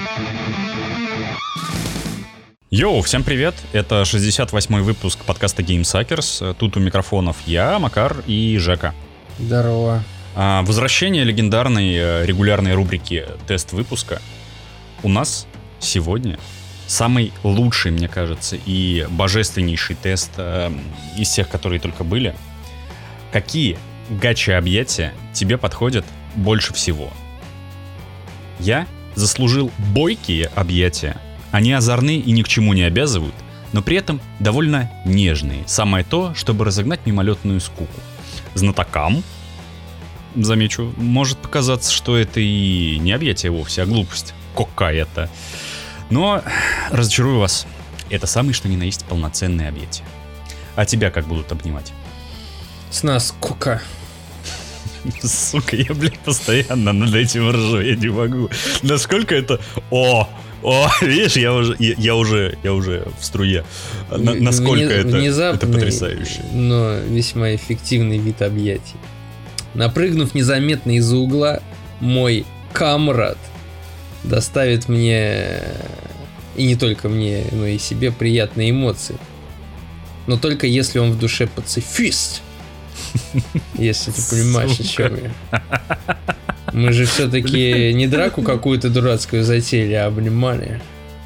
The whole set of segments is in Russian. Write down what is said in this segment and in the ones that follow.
Йоу, всем привет! Это 68-й выпуск подкаста GameSuckers. Тут у микрофонов я, Макар и Жека. Здорово. Возвращение легендарной регулярной рубрики «Тест выпуска». У нас сегодня самый лучший, мне кажется, и божественнейший тест из всех, которые только были. Какие гача-объятия тебе подходят больше всего? Я заслужил бойкие объятия. Они озорны и ни к чему не обязывают, но при этом довольно нежные. Самое то, чтобы разогнать мимолетную скуку. Знатокам, замечу, может показаться, что это и не объятие вовсе, а глупость какая-то. Но разочарую вас, это самый что ни на есть полноценные объятия. А тебя как будут обнимать? С нас скука. Сука, я, блядь, постоянно над этим ржу, я не могу. Насколько это... О, видишь, я уже в струе. Насколько это потрясающе. Но весьма эффективный вид объятий. Напрыгнув незаметно из-за угла, мой камрад доставит мне, и не только мне, но и себе, приятные эмоции. Но только если он в душе пацифист. Если ты понимаешь, о чем я. Мы же все-таки не драку какую-то дурацкую затеяли, а обнимание.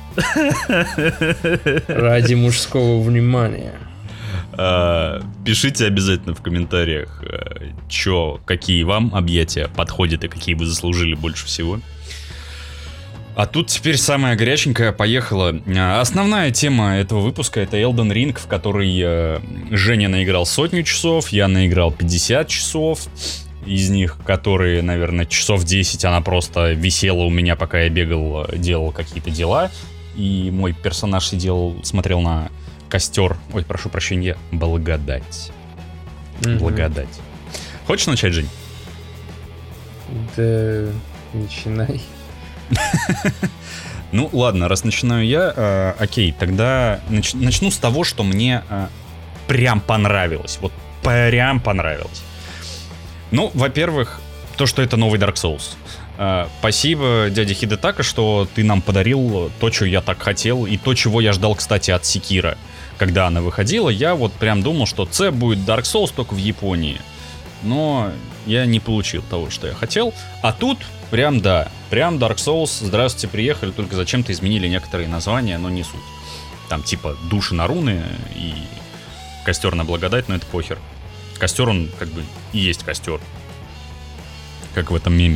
Ради мужского внимания. Пишите обязательно в комментариях, какие вам объятия подходят и какие вы заслужили больше всего. А тут теперь самая горяченькая поехала. Основная тема этого выпуска — это Elden Ring, в который Женя наиграл 100 часов, я наиграл 50 часов. Из них, которые, наверное, часов 10 она просто висела у меня, пока я бегал, делал какие-то дела. И мой персонаж смотрел на костер. Ой, прошу прощения, благодать. Благодать. Хочешь начать, Жень? Да, начинай. Ну ладно, раз начинаю я, окей, тогда начну с того, что мне прям понравилось. Вот прям понравилось. Ну, во-первых, то, что это новый Dark Souls. Спасибо, дядя Хидетака, что ты нам подарил то, что я так хотел, и то, чего я ждал, кстати, от Sekiro. Когда она выходила, я вот прям думал, что це будет Dark Souls только в Японии. Но я не получил того, что я хотел. А тут прям прям Dark Souls, здравствуйте, приехали, только зачем-то изменили некоторые названия, но не суть. Там типа души на руны и костер на благодать, но это похер. Костер, он как бы и есть костер. Как в этом меме.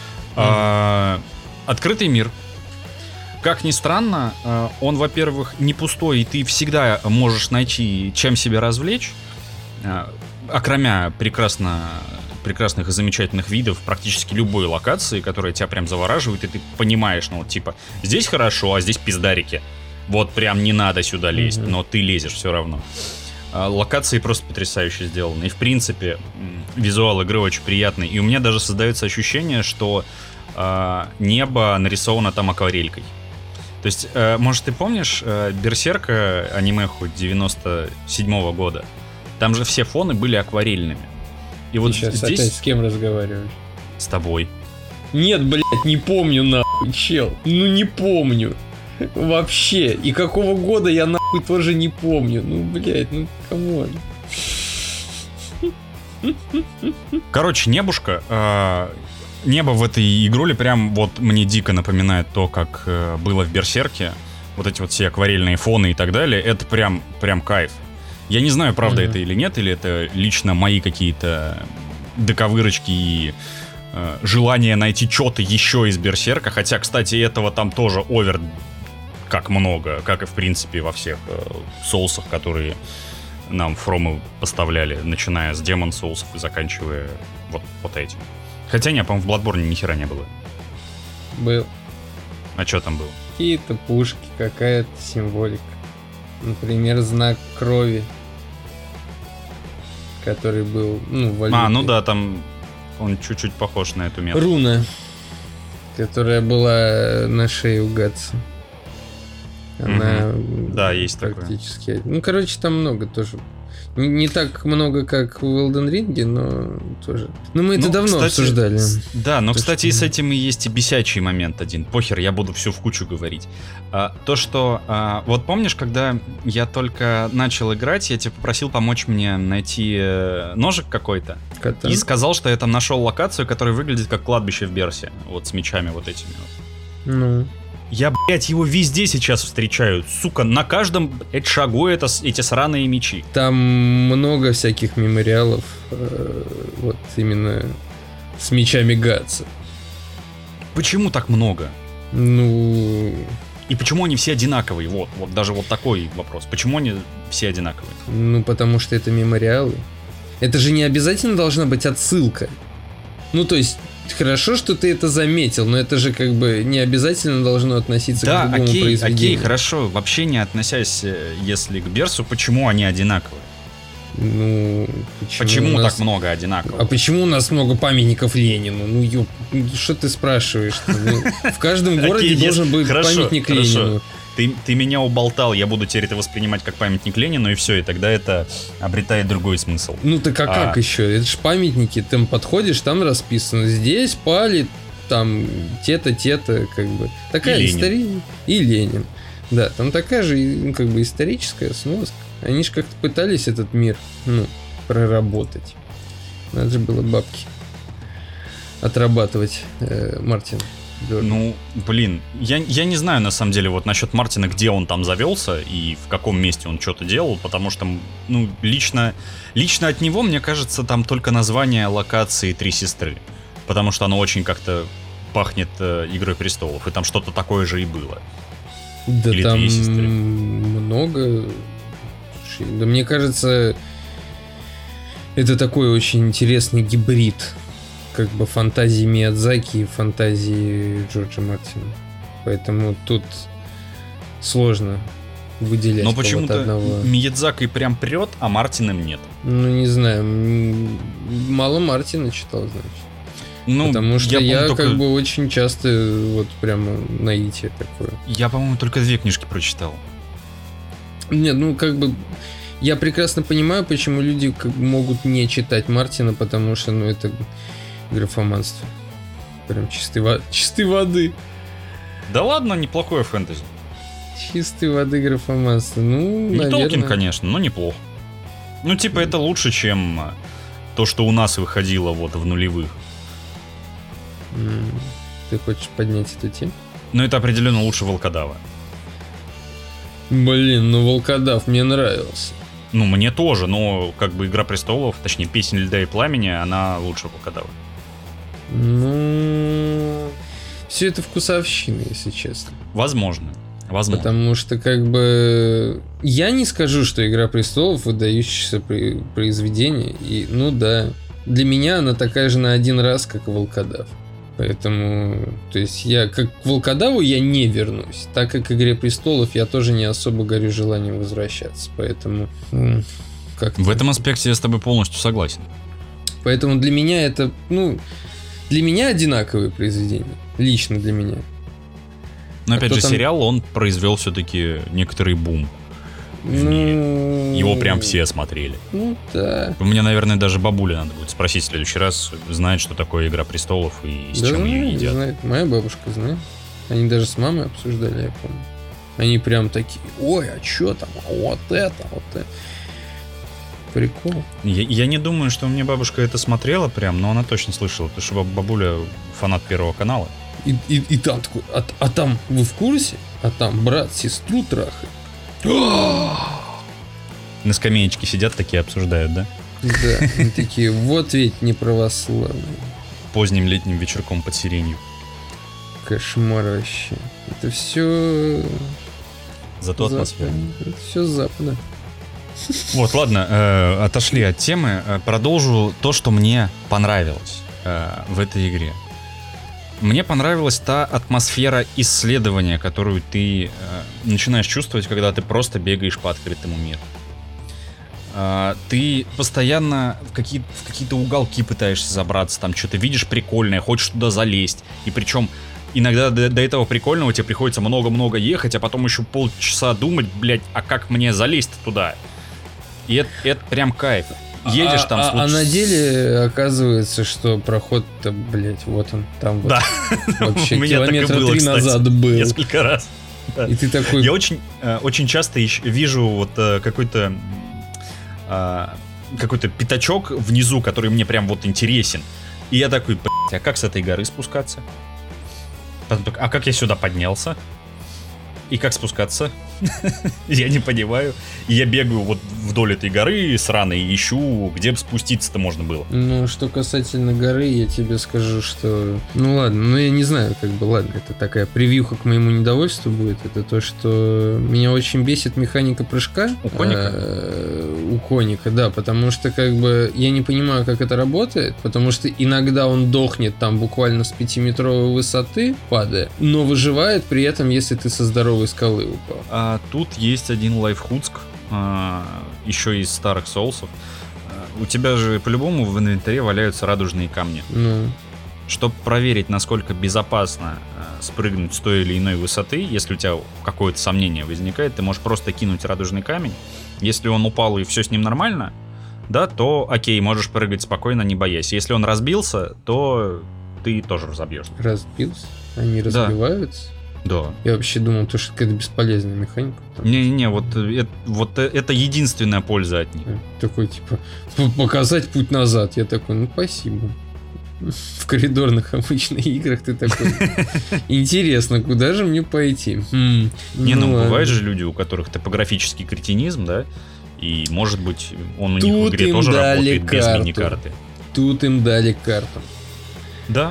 Открытый мир. Как ни странно, он, во-первых, не пустой, и ты всегда можешь найти, чем себя развлечь. Окромя прекрасных и замечательных видов практически любой локации, которая тебя прям завораживает, и ты понимаешь, ну вот типа, здесь хорошо, а здесь пиздарики. Вот прям не надо сюда лезть, но ты лезешь все равно. Локации просто потрясающе сделаны. И в принципе визуал игры очень приятный. И у меня даже создается ощущение, что небо нарисовано там акварелькой. То есть, может, ты помнишь Берсерка, анимеху 97-го года? Там же все фоны были акварельными. И вот сейчас здесь... опять с кем разговариваешь? С тобой. Нет, блядь, не помню нахуй, чел. Ну не помню. Вообще. И какого года я нахуй тоже не помню. Ну, блядь, ну камон. Короче, небушка. Небо в этой игруле прям вот мне дико напоминает то, как было в Берсерке. Вот эти вот все акварельные фоны и так далее. Это прям кайф. Я не знаю, правда это или нет, или это лично мои какие-то доковырочки и желание найти что-то еще из Берсерка. Хотя, кстати, этого там тоже овер как много, как и в принципе во всех соусах, которые нам фромы поставляли, начиная с Demon Souls и заканчивая вот этим. Хотя не, по-моему, в Bloodborne ни хера не было. Был. А что там было? Какие-то пушки, какая-то символика. Например, знак крови, который был, валютой. Ну да, там он чуть-чуть похож на эту метку. Руна, которая была на шее у Гатса. Она да, есть практически... Там много тоже Не так много, как в Elden Ring, но тоже. Но мы это давно обсуждали. Да, но, кстати, и с этим и есть и бесячий момент один. Похер, я буду всю в кучу говорить. То, что... Вот помнишь, когда я только начал играть, я тебя попросил помочь мне найти ножик какой-то? И сказал, что я там нашел локацию, которая выглядит как кладбище в Берсе. Вот с мечами вот этими вот. Ну... Я, блядь, его везде сейчас встречаю. Сука, на каждом шагу эти сраные мечи. Там много всяких мемориалов, вот именно с мечами Гатса. Почему так много? Ну... И почему они все одинаковые? Вот даже вот такой вопрос. Почему они все одинаковые? Ну, потому что это мемориалы. Это же не обязательно должна быть отсылка. Ну, то есть... Хорошо, что ты это заметил, но это же как бы не обязательно должно относиться к другому произведению. Окей, хорошо. Вообще не относясь, если к Берсу, почему они одинаковые? Ну, почему так много одинаковых? А почему у нас много памятников Ленину? Ну, что ты спрашиваешь? В каждом городе должен быть памятник Ленину. Ты меня уболтал, я буду теперь это воспринимать как памятник Ленину, и все, и тогда это обретает другой смысл. Ну так как еще? Это же памятники, ты подходишь, там расписано, здесь пали, там те-то, как бы. Такая история. И Ленин. Да, там такая же, как бы, историческая сноска. Они же как-то пытались этот мир, проработать. Надо же было бабки отрабатывать, Мартин. Ну, блин, я не знаю, на самом деле, вот насчет Мартина, где он там завелся и в каком месте он что-то делал, потому что, ну, лично от него, мне кажется, там только название локации «Три сестры», потому что оно очень как-то пахнет «Игрой престолов», и там что-то такое же и было. Да. Или там «Три сестры». Много. Да мне кажется, это такой очень интересный гибрид как бы фантазии Миядзаки и фантазии Джорджа Мартина. Поэтому тут сложно выделять. Но почему-то одного. Миядзаки прям прет, а Мартином нет. Ну, не знаю. Мало Мартина читал, значит. Ну, потому что я только... как бы очень часто вот прямо наитие такое. Я, по-моему, только 2 книжки прочитал. Нет, ну как бы я прекрасно понимаю, почему люди могут не читать Мартина, потому что, ну, это графоманство. Прям чистой воды. Да ладно, неплохое фэнтези. Чистой воды графоманство. Ну, не наверное. Толкин, конечно, но неплохо. Ну, типа, это лучше, чем то, что у нас выходило вот в нулевых. Ты хочешь поднять эту тему? Но это определенно лучше Волкодава. Блин, ну Волкодав мне нравился. Ну, мне тоже, но как бы «Игра престолов», точнее, «Песнь льда и пламени», она лучше Волкодава. Ну, все это вкусовщина, если честно. Возможно. Потому что, как бы, я не скажу, что «Игра престолов» выдающееся произведение. И, ну да, для меня она такая же на один раз, как и «Волкодав». Поэтому, то есть я как к «Волкодаву» я не вернусь, так как к «Игре престолов» я тоже не особо горю желанием возвращаться. Поэтому, как-то... В этом аспекте я с тобой полностью согласен. Поэтому для меня это, ну, для меня одинаковые произведения. Лично для меня. Но опять же, сериал, он произвел все-таки некоторый бум. Его прям все смотрели. Ну да. У меня, наверное, даже бабуля надо будет спросить в следующий раз, знает, что такое «Игра престолов» и с чем ее едят. Знает. Моя бабушка знает. Они даже с мамой обсуждали, я помню. Они прям такие: ой, а что там? Вот это. Прикол. Я не думаю, что у меня бабушка это смотрела прям, но она точно слышала, потому что бабуля фанат Первого канала. И там такой: а там вы в курсе? А там брат сестру трахает. На скамеечке сидят такие, обсуждают, да? Да, они такие: вот ведь не православные. Поздним летним вечерком под сиренью. Кошмар вообще. Это все... Зато атмосфера. Это все с Запада. Вот, ладно, отошли от темы. Продолжу то, что мне понравилось в этой игре. Мне понравилась та атмосфера исследования, которую ты начинаешь чувствовать, когда ты просто бегаешь по открытому миру. Ты постоянно в какие-то уголки пытаешься забраться, там что-то видишь прикольное, хочешь туда залезть. И причем иногда до этого прикольного тебе приходится много-много ехать, а потом еще полчаса думать, блять, а как мне залезть туда? И это прям кайф. Едешь там... А на деле оказывается, что проход-то, блядь, вот он, там вот. Да. Вообще километра 3 назад был. Несколько раз. И ты такой... Я очень часто вижу вот какой-то пятачок внизу, который мне прям вот интересен. И я такой, блядь, а как с этой горы спускаться? А как я сюда поднялся? И как спускаться? Я не понимаю. И я бегаю вот вдоль этой горы сраной и ищу, где бы спуститься-то можно было. Ну, что касательно горы, я тебе скажу, что... Ну ладно, ну я не знаю, как бы, ладно, это такая превьюха к моему недовольству будет. Это то, что меня очень бесит механика прыжка. У коника? У коника, да, потому что, как бы, я не понимаю, как это работает, потому что иногда он дохнет там буквально с 5-метровой высоты, падая, но выживает при этом, если ты со здоровой скалы упал. А тут есть один лайфхуцк, еще из старых соусов. У тебя же по-любому в инвентаре валяются радужные камни. Ну. Чтобы проверить, насколько безопасно спрыгнуть с той или иной высоты, если у тебя какое-то сомнение возникает, ты можешь просто кинуть радужный камень. Если он упал и все с ним нормально, да, то окей, можешь прыгать спокойно, не боясь. Если он разбился, то ты тоже разобьешься. Разбился? Они разбиваются? Да. Я вообще думал, что это какая-то бесполезная механика. Не-не, вот это единственная польза от них. Такой, типа, показать путь назад. Я такой, ну спасибо. В коридорных обычных играх ты такой, интересно, куда же мне пойти? Бывают же люди, у которых топографический кретинизм, да? И, может быть, он у них в игре тоже работает без мини-карты. Тут им дали карту. Да.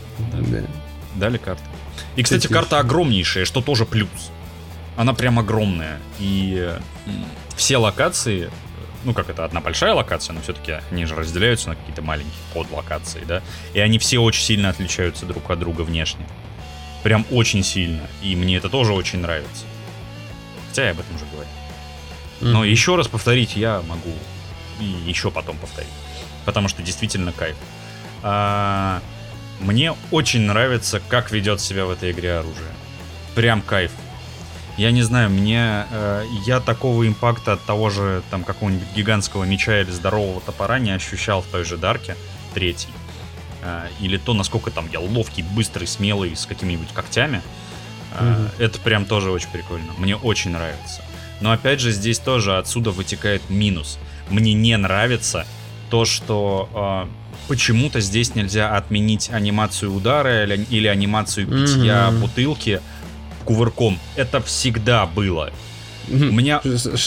Дали карту. И, кстати, карта огромнейшая, что тоже плюс. Она прям огромная. И все локации, ну как это, одна большая локация, но все-таки они же разделяются на какие-то маленькие подлокации, да? И они все очень сильно отличаются друг от друга внешне. Прям очень сильно. И мне это тоже очень нравится. Хотя я об этом уже говорил. Но еще раз повторить я могу. И еще потом повторить. Потому что действительно кайф. Мне очень нравится, как ведет себя в этой игре оружие. Прям кайф. Я не знаю, я такого импакта от того же там какого-нибудь гигантского меча или здорового топора не ощущал в той же Дарке 3. Или то, насколько там я ловкий, быстрый, смелый, с какими-нибудь когтями. Это прям тоже очень прикольно. Мне очень нравится. Но опять же, здесь тоже отсюда вытекает минус. Мне не нравится то, что почему-то здесь нельзя отменить анимацию удара или анимацию битья бутылки кувырком. Это всегда было. У меня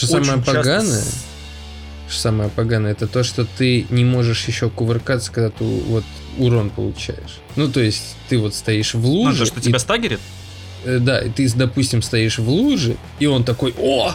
самое поганое, это то, что ты не можешь еще кувыркаться, когда ты вот урон получаешь. Ну, то есть, ты вот стоишь в луже. Ну, то, что тебя стагерит? Да, и ты, допустим, стоишь в луже, и он такой о!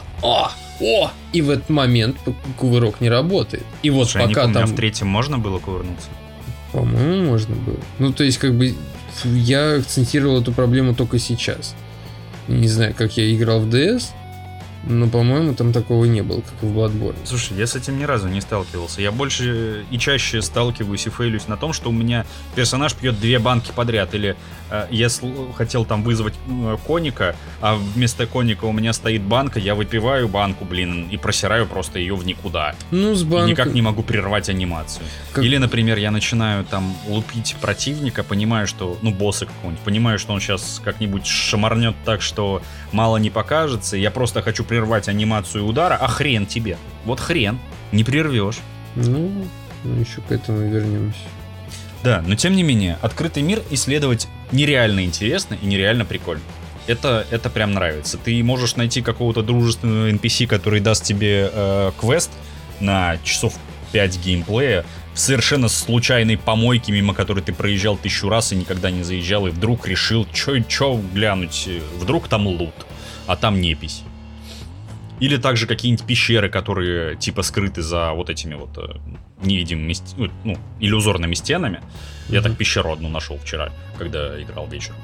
И в этот момент кувырок не работает. И вот слушай, пока я не помню, там... в 3 можно было кувырнуться? По-моему, можно было. Ну, то есть, как бы, я акцентировал эту проблему только сейчас. Не знаю, как я играл в DS, но, по-моему, там такого не было, как и в Bloodborne. Слушай, я с этим ни разу не сталкивался. Я больше и чаще сталкиваюсь и фейлюсь на том, что у меня персонаж пьет 2 банки подряд. Или я хотел там вызвать коника, а вместо коника у меня стоит банка, я выпиваю банку, и просираю просто ее в никуда. Ну, с банкой... И никак не могу прервать анимацию. Или, например, я начинаю там лупить противника, понимаю, что... Ну, босса какого-нибудь. Понимаю, что он сейчас как-нибудь шамарнет так, что мало не покажется. Я просто хочу прервать анимацию удара, а хрен тебе. Вот хрен. Не прервешь. Ну, еще к этому вернемся. Да, но тем не менее, открытый мир исследовать нереально интересно и нереально прикольно. Это прям нравится. Ты можешь найти какого-то дружественного NPC, который даст тебе квест на часов 5 геймплея в совершенно случайной помойке, мимо которой ты проезжал 1000 раз и никогда не заезжал, и вдруг решил, чё глянуть, вдруг там лут, а там непись. Или также какие-нибудь пещеры, которые типа скрыты за вот этими вот невидимыми, иллюзорными стенами. Я так пещеру одну нашел вчера, когда играл вечером.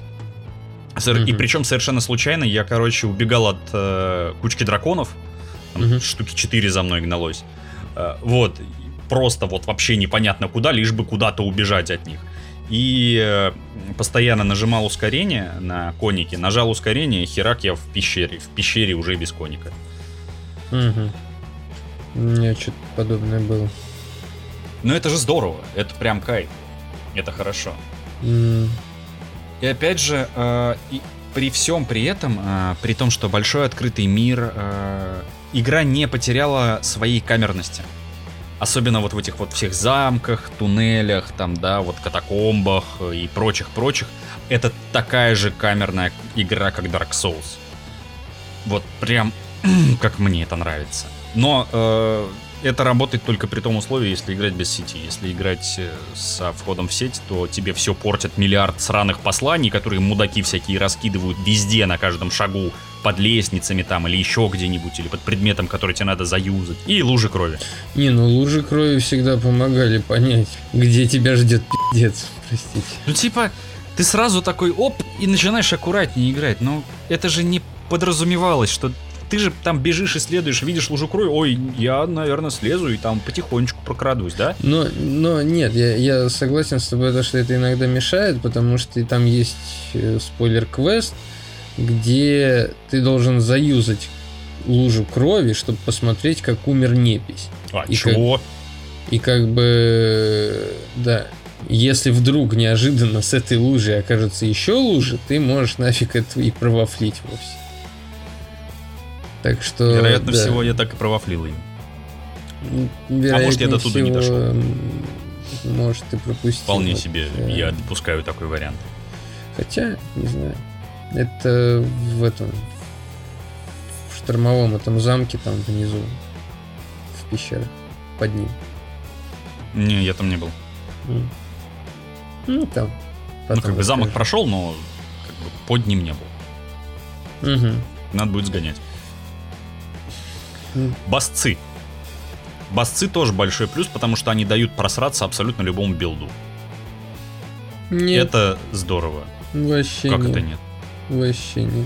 И причем совершенно случайно я, убегал от кучки драконов. Там штуки 4 за мной гналось. Вот. Просто вот вообще непонятно куда, лишь бы куда-то убежать от них. И постоянно нажимал ускорение на конике, нажал ускорение, херак, я в пещере уже без коника. У меня что-то подобное было. Но это же здорово, это прям кайф. Это хорошо. И опять же, при всем при этом, при том, что большой открытый мир, игра не потеряла своей камерности. Особенно вот в этих вот всех замках, туннелях, там, да, вот катакомбах и прочих. Это такая же камерная игра, как Dark Souls. Вот прям как мне это нравится. Но это работает только при том условии, если играть без сети. Если играть со входом в сеть, то тебе все портят миллиард сраных посланий, которые мудаки всякие раскидывают везде, на каждом шагу, под лестницами там, или еще где-нибудь, или под предметом, который тебе надо заюзать. И лужи крови. Не, ну лужи крови всегда помогали понять, где тебя ждет пиздец, простите. Ну типа, ты сразу такой оп, и начинаешь аккуратнее играть. Но это же не подразумевалось, что ты же там бежишь, исследуешь, видишь лужу крови, ой, я, наверное, слезу и там потихонечку прокрадусь, да? Но нет, я согласен с тобой, что это иногда мешает, потому что там есть спойлер-квест, где ты должен заюзать лужу крови, чтобы посмотреть, как умер Непись. Чего? И как бы, да, если вдруг неожиданно с этой лужей окажется еще лужа, ты можешь нафиг это и провафлить вовсе. Так что... Вероятно всего, я так и провафлил ее. А может, я до туда не дошел. Может, ты пропустил. Вполне себе, я допускаю такой вариант. Хотя, не знаю. Это в штормовом этом замке, там внизу, в пещере, под ним. Не, я там не был. Ну, там. Ну, как бы замок прошел, но как бы под ним не был. Угу. Надо будет сгонять. Басцы. Басцы тоже большой плюс, потому что они дают просраться абсолютно любому билду. Нет. Это здорово. Вообще как нет. это нет? Вообще нет.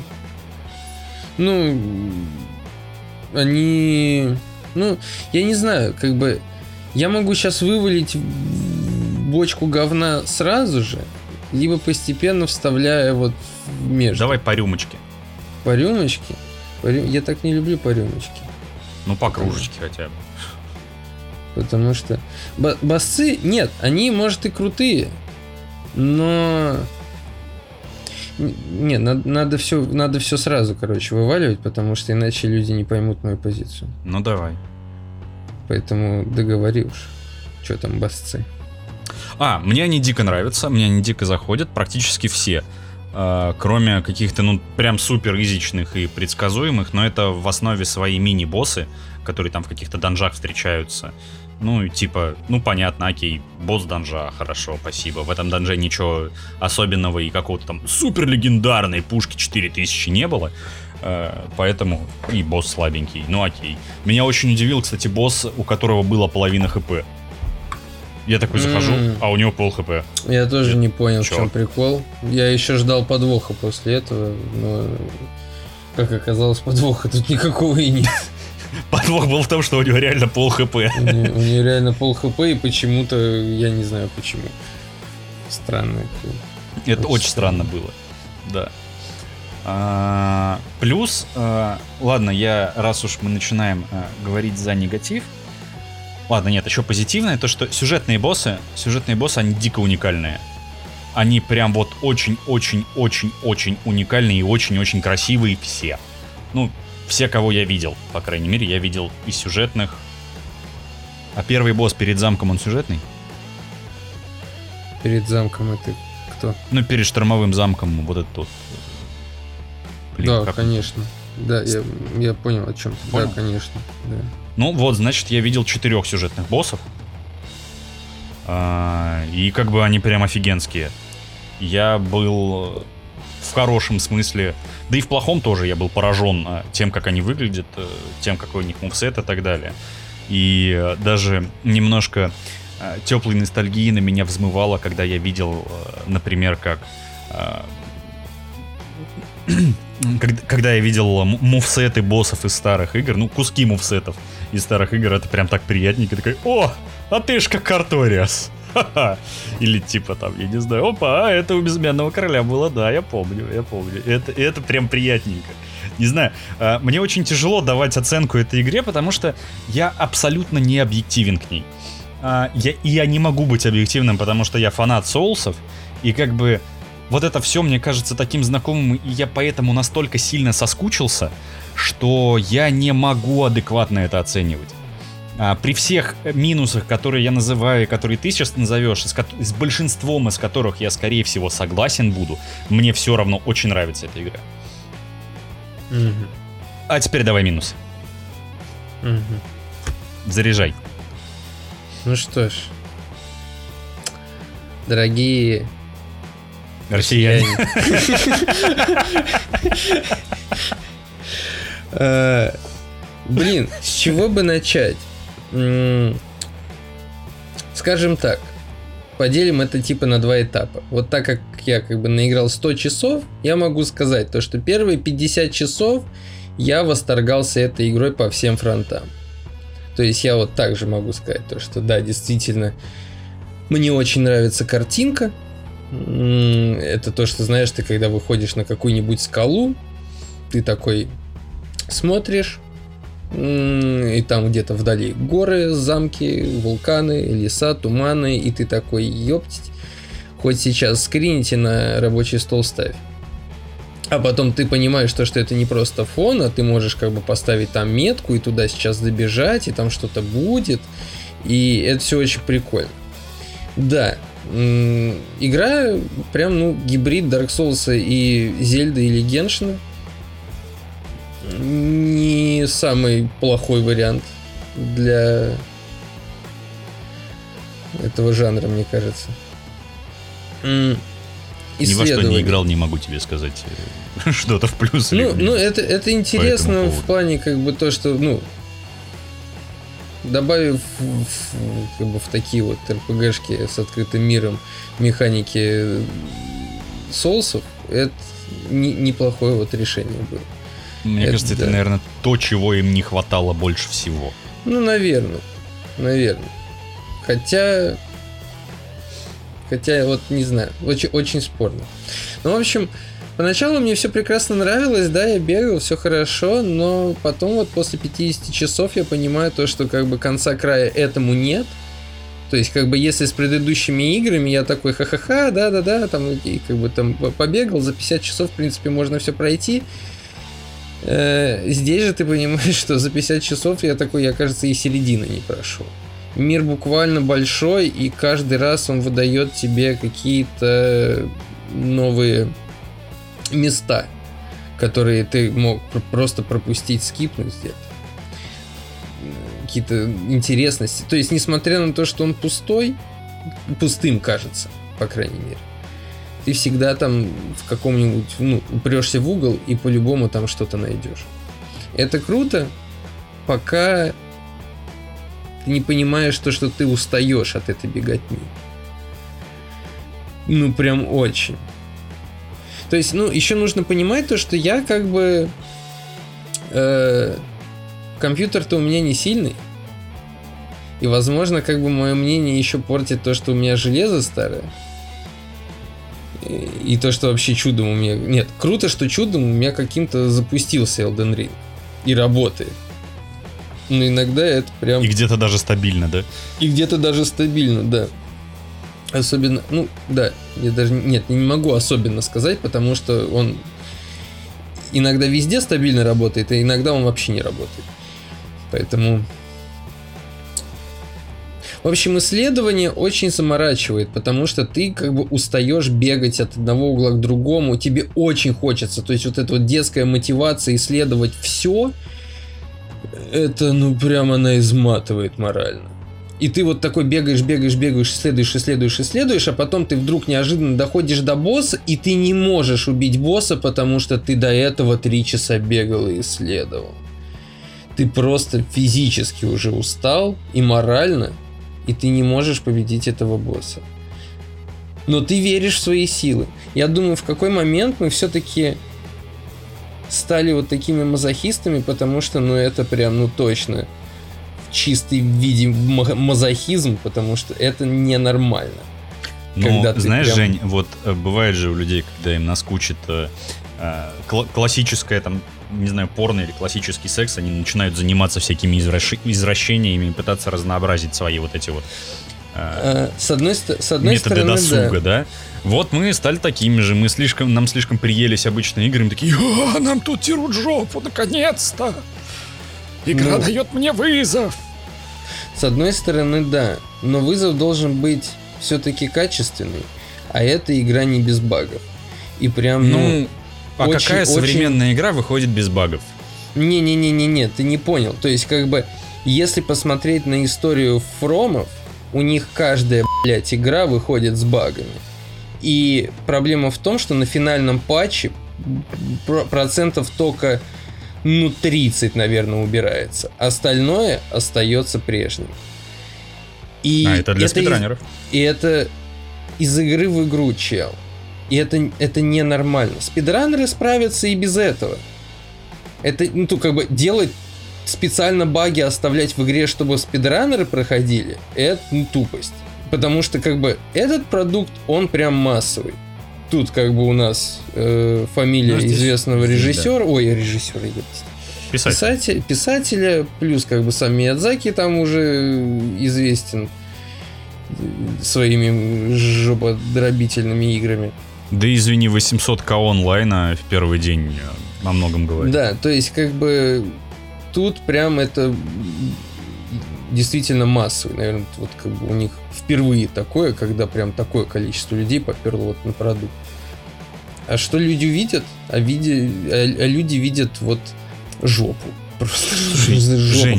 Ну, они... Ну, я не знаю, как бы... Я могу сейчас вывалить бочку говна сразу же, либо постепенно вставляя вот между. Давай по рюмочке. По рюмочке? Я так не люблю по рюмочке. Ну, по кружечке хотя бы. Потому что... Басцы, нет, они, может, и крутые, но... Не, надо все сразу, короче, вываливать, потому что иначе люди не поймут мою позицию. Ну, давай. Поэтому договори уж. Что там басцы? Мне они дико нравятся, мне они дико заходят, практически все. Кроме каких-то, ну, прям супер изичных и предсказуемых, но это в основе свои мини-боссы, которые там в каких-то данжах встречаются. Ну, типа, ну, понятно, окей, босс данжа, хорошо, спасибо. В этом данже ничего особенного и какого-то там супер легендарной пушки 4000 не было. Поэтому и босс слабенький, ну окей. Меня очень удивил, кстати, босс, у которого была половина хп. Я такой захожу, а у него пол хп. Я тоже не понял, в чем прикол. Я еще ждал подвоха после этого, но, как оказалось, подвоха тут никакого и нет. Подвох был в том, что у него реально пол хп. У него реально пол хп, и почему-то, я не знаю почему. Странно. Это очень странно было, да. Плюс, ладно, раз уж мы начинаем говорить за негатив. Ладно, нет, еще позитивное, то что сюжетные боссы, они дико уникальные. Они прям вот очень-очень-очень-очень уникальные и очень-очень красивые все. Ну, все, кого я видел, по крайней мере, я видел из сюжетных. А первый босс перед замком, он сюжетный? Перед замком это кто? Ну, перед штормовым замком вот этот вот. Блин, да, конечно. Да, я понял, о чем ты. Понял? Да, конечно. Да. Ну вот, значит, я видел 4 сюжетных боссов. И как бы они прям офигенские. Я был в хорошем смысле, да и в плохом тоже я был поражен тем, как они выглядят, тем, какой у них мувсет и так далее. И даже немножко теплой ностальгии на меня взмывало, когда я видел, например, как... Когда я видел мувсеты боссов из старых игр, ну, куски мувсетов из старых игр, это прям так приятненько. Такой, о, а ты ж как Арториас. Или типа там, я не знаю, опа, это у Безымянного Короля было, да, я помню. Это прям приятненько. Не знаю, мне очень тяжело давать оценку этой игре, потому что я абсолютно не объективен к ней. Я не могу быть объективным, потому что я фанат соулсов, и как бы вот это все мне кажется таким знакомым, и я поэтому настолько сильно соскучился, что я не могу адекватно это оценивать. При всех минусах, которые я называю, и которые ты сейчас назовешь, с большинством из которых я, скорее всего, согласен буду, мне все равно очень нравится эта игра. А теперь давай минусы. Заряжай. Ну что ж, дорогие россияне. Блин, с чего бы начать? Скажем так, поделим это типа на два этапа. Вот так как я как бы наиграл 100 часов, я могу сказать то, что первые 50 часов я восторгался этой игрой по всем фронтам. То есть я вот также могу сказать то, что да, действительно, мне очень нравится картинка. Это то, что, знаешь, ты когда выходишь на какую-нибудь скалу, ты такой смотришь, и там где-то вдали горы, замки, вулканы, леса, туманы, и ты такой, ёптить, хоть сейчас скрините на рабочий стол ставь. А потом ты понимаешь, что это не просто фон, а ты можешь как бы поставить там метку и туда сейчас добежать, и там что-то будет. И это все очень прикольно. Да, игра прям, гибрид Dark Souls и Зельды или Геншина. Не самый плохой вариант для этого жанра, мне кажется. Ни во что не играл, не могу тебе сказать что-то в плюс. Это интересно в плане как бы то, что, добавив в такие вот РПГшки с открытым миром механики соусов, это неплохое вот решение было. Мне кажется, это, наверное, то, чего им не хватало больше всего. Наверное. Хотя вот не знаю, очень спорно. В общем, поначалу мне все прекрасно нравилось, да, я бегал, все хорошо, но потом вот после 50 часов я понимаю то, что как бы конца края этому нет. То есть как бы если с предыдущими играми я такой ха-ха-ха, да-да-да, там и как бы там побегал, за 50 часов в принципе можно все пройти. Здесь же ты понимаешь, что за 50 часов я, кажется, и середины не прошел. Мир буквально большой, и каждый раз он выдает тебе какие-то новые места, которые ты мог просто пропустить, скипнуть где-то. Какие-то интересности. То есть, несмотря на то, что он пустым кажется, по крайней мере, ты всегда там в каком-нибудь, упрешься в угол и по-любому там что-то найдешь. Это круто, пока ты не понимаешь то, что ты устаешь от этой беготни. Прям очень. То есть, еще нужно понимать то, что я как бы... компьютер-то у меня не сильный. И, возможно, как бы мое мнение еще портит то, что у меня железо старое. И то, что вообще чудом у меня... Нет, круто, что чудом у меня каким-то запустился Elden Ring. И работает. Но иногда это прям... И где-то даже стабильно, да? И где-то даже стабильно, да. Особенно... да. Я даже... Нет, не могу особенно сказать, потому что он иногда везде стабильно работает, а иногда он вообще не работает. Поэтому... В общем, исследование очень заморачивает, потому что ты как бы устаешь бегать от одного угла к другому, тебе очень хочется, то есть вот эта вот детская мотивация исследовать все, это, прям она изматывает морально. И ты вот такой бегаешь, исследуешь, а потом ты вдруг неожиданно доходишь до босса, и ты не можешь убить босса, потому что ты до этого 3 часа бегал и исследовал. Ты просто физически уже устал и морально, и ты не можешь победить этого босса. Но ты веришь в свои силы. Я думаю, в какой момент мы все-таки стали вот такими мазохистами, потому что, это прям, точно чистый в виде мазохизм, потому что это ненормально. Ну, знаешь, прям... Жень, вот бывает же у людей, когда им наскучит классическое, там, не знаю, порно или классический секс, они начинают заниматься всякими извращениями и пытаться разнообразить свои вот эти вот с одной методы стороны, досуга, да. Вот мы стали такими же, нам слишком приелись обычные игры, мы такие: нам тут терут жопу, наконец-то! Игра дает мне вызов! С одной стороны, да, но вызов должен быть все-таки качественный, а эта игра не без багов. И прям, какая современная игра выходит без багов? Не, ты не понял. То есть, как бы, если посмотреть на историю фромов, у них каждая, блядь, игра выходит с багами. И проблема в том, что на финальном патче процентов только, 30, наверное, убирается. Остальное остается прежним. И это для спидранеров. И это из игры в игру, чел. И это ненормально. Спидранеры справятся и без этого. Это, как бы, делать специально баги, оставлять в игре, чтобы спидранеры проходили, это тупость. Потому что, как бы, этот продукт, он прям массовый. Тут, как бы, у нас фамилия известного режиссера. Да. Ой, режиссера, писателя, плюс, как бы, сам Миядзаки там уже известен своими жоподробительными играми. Да извини, 800к онлайна в первый день о многом говорит. Да, то есть, как бы, тут прям это действительно массовый, наверное, вот, как бы, у них впервые такое, когда прям такое количество людей поперло вот на продукт. А что люди видят? Люди видят вот жопу. Просто Жень,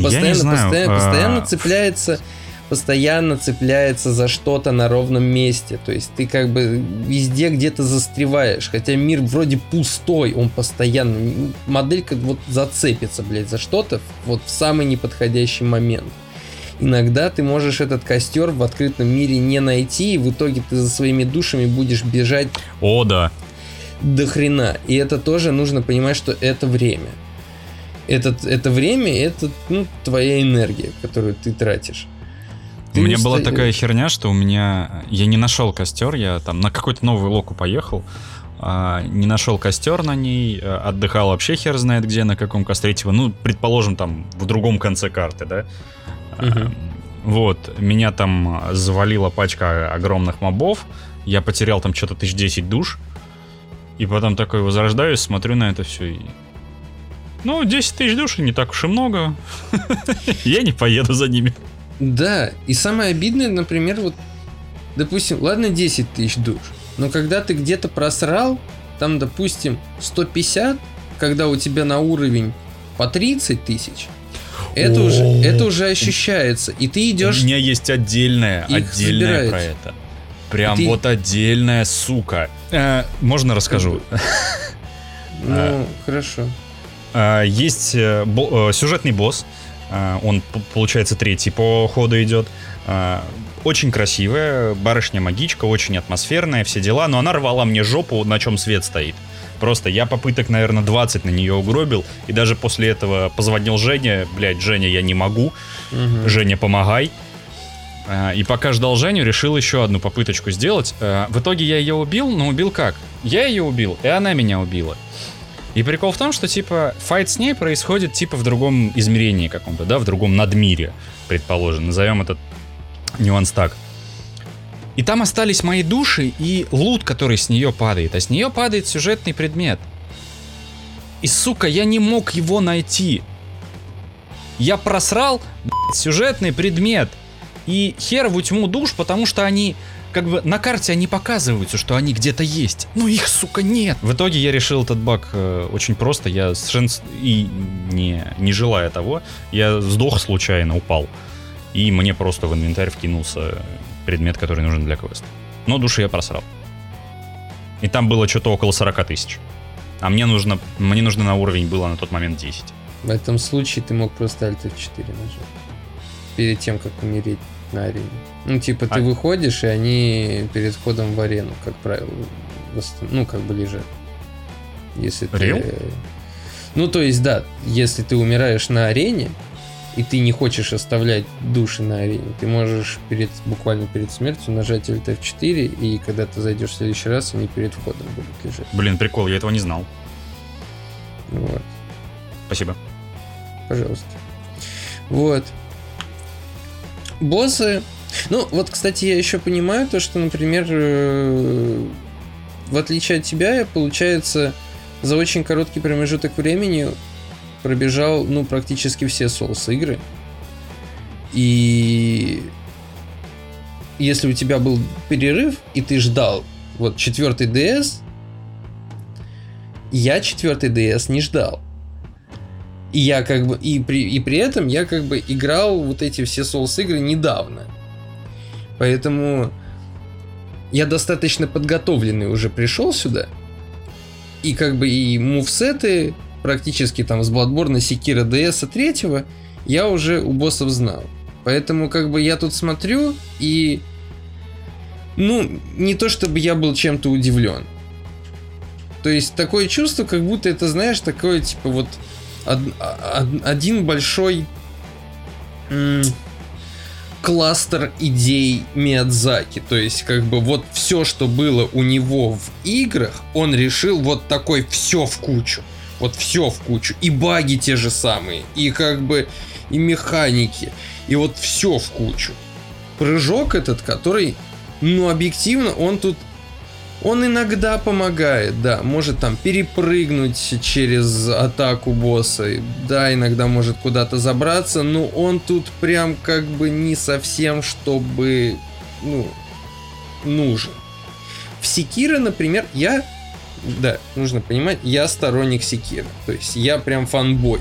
постоянно цепляется за что-то на ровном месте. То есть ты, как бы, везде где-то застреваешь. Хотя мир вроде пустой, он постоянно... Моделька вот зацепится, блядь, за что-то вот в самый неподходящий момент. Иногда ты можешь этот костер в открытом мире не найти, и в итоге ты за своими душами будешь бежать... О, да. До хрена. И это тоже нужно понимать, что это время. Это время, это, твоя энергия, которую ты тратишь. У меня была такая херня, что я не нашел костер, я там на какую-то новую локу поехал, не нашел костер на ней, отдыхал вообще хер знает где, на каком костре, типа, предположим, там в другом конце карты, да. Вот, меня там завалила пачка огромных мобов, я потерял там что-то 1010 душ, и потом такой возрождаюсь, смотрю на это все и... 10 тысяч душ не так уж и много. Я не поеду за ними. Да, и самое обидное, например, вот, допустим, ладно, 10 тысяч душ, но когда ты где-то просрал, там, допустим, 150, когда у тебя на уровень по 30 тысяч, это уже ощущается, и ты идешь... У меня есть отдельная про это. Прям вот отдельная, сука. Можно расскажу? Хорошо. Есть сюжетный босс. Он, получается, 3-й по ходу идет. Очень красивая, барышня-магичка, очень атмосферная, все дела. Но она рвала мне жопу, на чем свет стоит. Просто я попыток, наверное, 20 на нее угробил. И даже после этого позвонил Женя. Блядь, Женя, я не могу. Женя, помогай. И пока ждал Женю, решил еще одну попыточку сделать. В итоге я ее убил, но убил как? Я ее убил, и она меня убила. И прикол в том, что, типа, файт с ней происходит, типа, в другом измерении каком-то, да, в другом надмире, предположим. Назовем этот нюанс так. И там остались мои души и лут, который с нее падает. А с нее падает сюжетный предмет. И, сука, я не мог его найти. Я просрал, сюжетный предмет. И херову тьму душ, потому что они... Как бы на карте они показываются, что они где-то есть. Но их, сука, нет. В итоге я решил этот баг очень просто. Я совершенно не желая того, я сдох случайно, упал. И мне просто в инвентарь вкинулся предмет, который нужен для квеста. Но души я просрал. И там было что-то около 40 тысяч. А мне нужно на уровень было на тот момент 10. В этом случае ты мог просто Alt F4 нажать. Перед тем, как умереть на арене. Ты выходишь, и они перед входом в арену, как правило, как бы лежат. Если ты... Real? То есть, да, если ты умираешь на арене, и ты не хочешь оставлять души на арене, ты можешь буквально перед смертью нажать Alt F4, и когда ты зайдешь в следующий раз, они перед входом будут лежать. Блин, прикол, я этого не знал. Вот. Спасибо. Пожалуйста. Вот. Боссы. Ну, вот, кстати, я еще понимаю то, что, например, в отличие от тебя, получается, за очень короткий промежуток времени пробежал, ну, практически все Souls игры. И если у тебя был перерыв, и ты ждал вот 4-й DS, я 4-й DS не ждал. И я как бы, и при этом я как бы играл вот эти все Souls игры недавно. Поэтому я достаточно подготовленный уже пришел сюда. И как бы и мувсеты практически там с Bloodborne, Sekiro, DS 3 я уже у боссов знал. Поэтому как бы я тут смотрю и... Ну, не то чтобы я был чем-то удивлен. То есть такое чувство, как будто это, знаешь, такое типа вот один большой кластер идей Миядзаки. То есть как бы вот все, что было у него в играх, он решил вот такой все в кучу. Вот все в кучу. И баги те же самые. И как бы и механики. И вот все в кучу. Прыжок этот, который, ну, объективно, он иногда помогает, да, может там перепрыгнуть через атаку босса, да, иногда может куда-то забраться, но он тут прям как бы не совсем, чтобы, ну, нужен. В Sekiro, например, да, нужно понимать, я сторонник Sekiro, то есть я прям фанбой.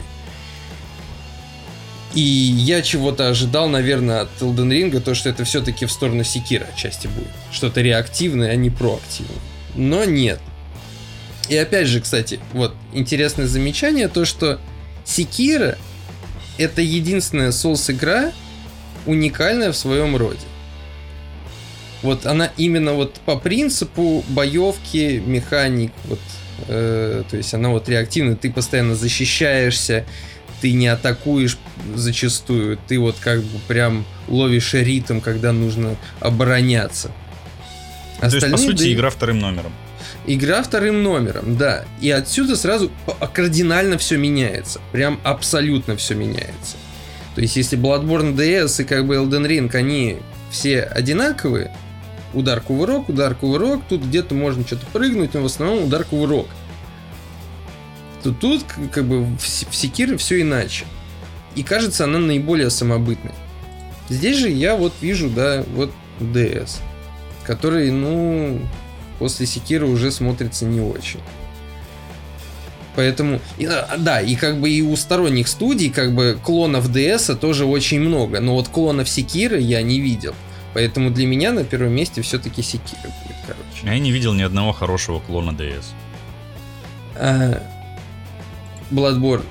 И я чего-то ожидал, наверное, от Elden Ring, то, что это все-таки в сторону Sekiro отчасти будет. Что-то реактивное, а не проактивное. Но нет. И опять же, кстати, вот интересное замечание, то, что Sekiro — это единственная Souls-игра, уникальная в своем роде. Вот она именно вот по принципу боевки, механик, вот, то есть она вот реактивная, ты постоянно защищаешься, ты не атакуешь зачастую, ты вот как бы прям ловишь ритм, когда нужно обороняться. То есть, по сути, игра вторым номером. Игра вторым номером, да. И отсюда сразу кардинально все меняется. Прям абсолютно все меняется. То есть, если Bloodborne DS и как бы Elden Ring, они все одинаковые, удар-кувырок, тут где-то можно что-то прыгнуть, но в основном удар-кувырок. То тут как бы в Sekiro все иначе. И кажется, она наиболее самобытной. Здесь же я вот вижу, да, вот DS, который, ну, после Sekiro уже смотрится не очень. Поэтому, да, и как бы и у сторонних студий, как бы клонов DS тоже очень много. Но вот клонов Sekiro я не видел. Поэтому для меня на первом месте все-таки Sekiro будет, короче. Я не видел ни одного хорошего клона DS. Bloodborne.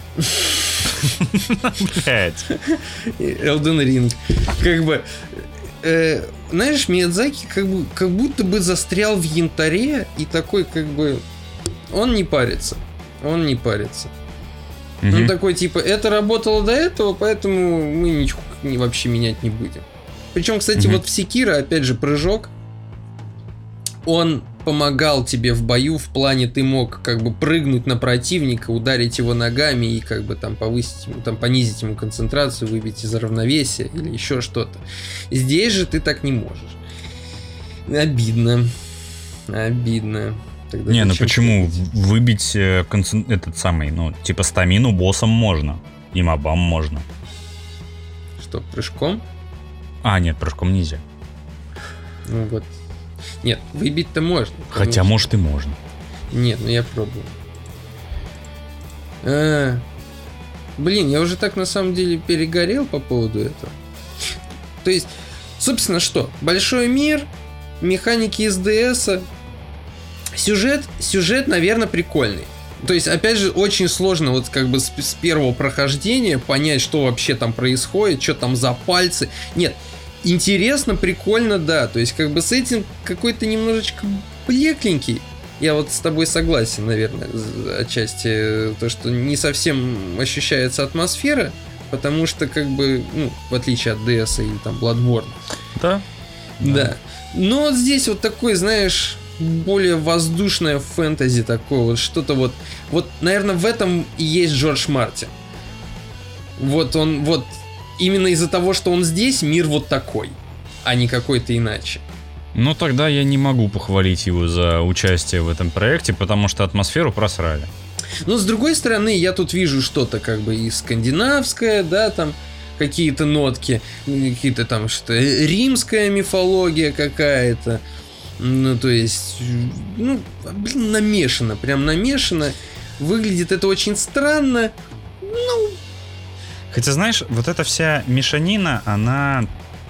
Блять. Elden Ring. Как бы, знаешь, Миядзаки как будто бы застрял в янтаре и такой как бы, он не парится. Он такой типа, это работало до этого, поэтому мы ничего вообще менять не будем. Причем, кстати, вот в Sekiro, опять же, прыжок, он помогал тебе в бою в плане, ты мог как бы прыгнуть на противника, ударить его ногами и как бы там повысить ему, там понизить ему концентрацию, выбить из равновесия или еще что-то. Здесь же ты так не можешь. Обидно. Тогда не, ну почему? Выбить этот самый, ну, типа стамину боссом можно. И мобам можно. Что, прыжком? Нет, прыжком нельзя. Ну вот. Нет, выбить-то можно. Хотя, может, и можно. Нет, ну я пробую. Блин, я уже так на самом деле перегорел по поводу этого. То есть, собственно, что? Большой мир, механики из DS, сюжет, наверное, прикольный. То есть, опять же, очень сложно вот как бы с первого прохождения понять, что вообще там происходит, что там за пальцы. Нет, интересно, прикольно, да. То есть, как бы сеттинг какой-то немножечко блекленький. Я вот с тобой согласен, наверное, отчасти. То, что не совсем ощущается атмосфера. потому что, как бы, ну, в отличие от DS и там Bloodborne. Да. Да. Но вот здесь вот такой, знаешь, более воздушное фэнтези такое, вот что-то вот. Вот, наверное, в этом и есть Джордж Мартин. Вот он, вот именно из-за того, что он здесь, мир вот такой, а не какой-то иначе. Ну, тогда я не могу похвалить его за участие в этом проекте, потому что атмосферу просрали. Но с другой стороны, я тут вижу что-то как бы и скандинавское, да, там какие-то нотки, какие-то там что-то римская мифология какая-то. Ну, то есть, ну, блин, намешано, прям намешано. Выглядит это очень странно. Ну. Хотя, знаешь, вот эта вся мешанина, она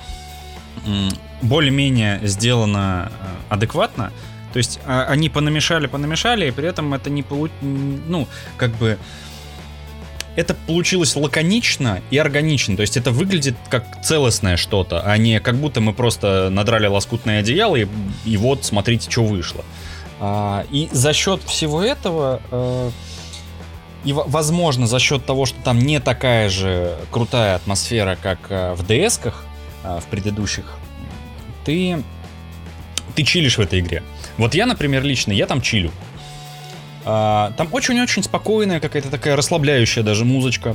более-менее сделана адекватно. То есть они понамешали, и при этом это не ну, как бы это получилось лаконично и органично. То есть это выглядит как целостное что-то, а не как будто мы просто надрали лоскутное одеяло и вот смотрите, что вышло. И за счет всего этого и, возможно, за счет того, что там не такая же крутая атмосфера, как в DS-ках в предыдущих, ты чилишь в этой игре. Вот я, например, лично, я там чилю. Там очень-очень спокойная какая-то такая расслабляющая даже музычка.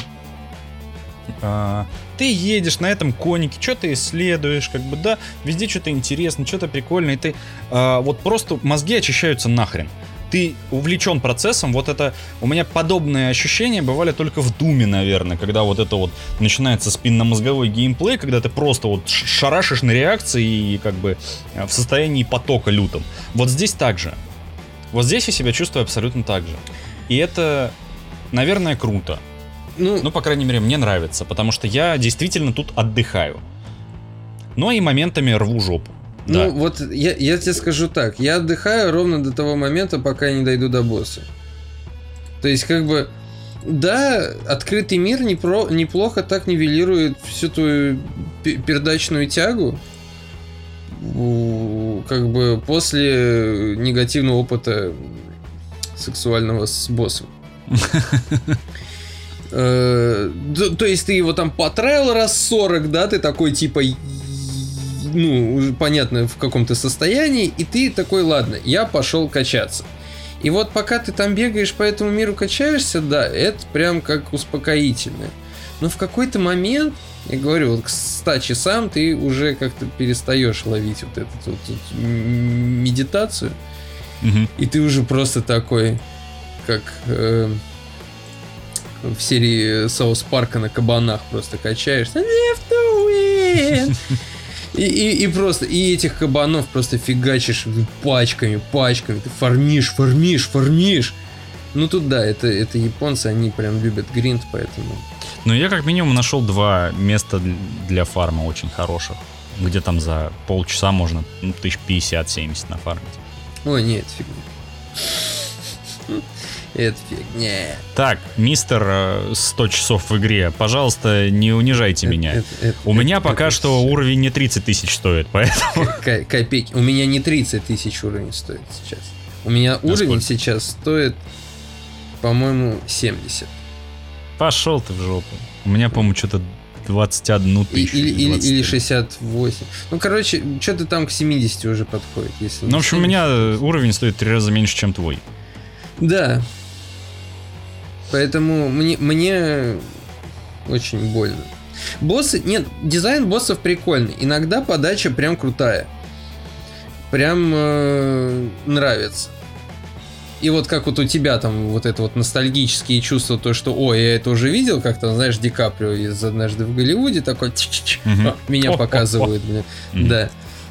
Ты едешь на этом конике, что-то исследуешь, как бы, да, везде что-то интересно, что-то прикольное, и ты вот просто мозги очищаются нахрен. Ты увлечен процессом, вот это... У меня подобные ощущения бывали только в Думе, наверное, когда вот это вот начинается спинномозговой геймплей, когда ты просто вот шарашишь на реакции и как бы в состоянии потока лютом. Вот здесь так же. Вот здесь я себя чувствую абсолютно так же. И это, наверное, круто. Ну, по крайней мере, мне нравится, потому что я действительно тут отдыхаю. Но и моментами рву жопу. Ну, да. Вот я тебе скажу так, я отдыхаю ровно до того момента, пока я не дойду до босса. То есть, как бы, да, открытый мир неплохо так нивелирует всю твою пердачную тягу, как бы, после негативного опыта сексуального с боссом. То есть, ты его там потраил раз 40, да, ты такой, типа... Ну, уже понятно, в каком-то состоянии, и ты такой, ладно, я пошел качаться. И вот пока ты там бегаешь по этому миру, качаешься, да, это прям как успокоительное. Но в какой-то момент, я говорю, вот к 100 часам ты уже как-то перестаешь ловить вот эту вот медитацию, и ты уже просто такой, как в серии Саус Парка на кабанах просто качаешься. Live to win! И просто, и этих кабанов просто фигачишь пачками, ты фармишь. Ну тут да, это японцы, они прям любят гринд, поэтому... Ну я как минимум нашел 2 места для фарма очень хороших, где там за полчаса можно 1050-70 нафармить. Ой, нет, фигня. Это фигня. Так, мистер 100 часов в игре, пожалуйста, не унижайте меня. У меня пока что уровень не 30 тысяч стоит, поэтому... Копейки. У меня не 30 тысяч уровень стоит сейчас. У меня уровень сейчас стоит, по-моему, 70. Пошел ты в жопу. У меня, по-моему, что-то 21 тысячу. Или 68. Ну, короче, что-то там к 70 уже подходит. Если ну, в общем, 70. У меня уровень стоит 3 раза меньше, чем твой. Да. Поэтому мне очень больно. Боссы... Нет, дизайн боссов прикольный. Иногда подача прям крутая. Прям нравится. И вот как вот у тебя там вот это вот ностальгические чувства, то, что, ой, я это уже видел, как там, знаешь, Ди Каприо из «Однажды в Голливуде» такой, меня показывают, блин. Да.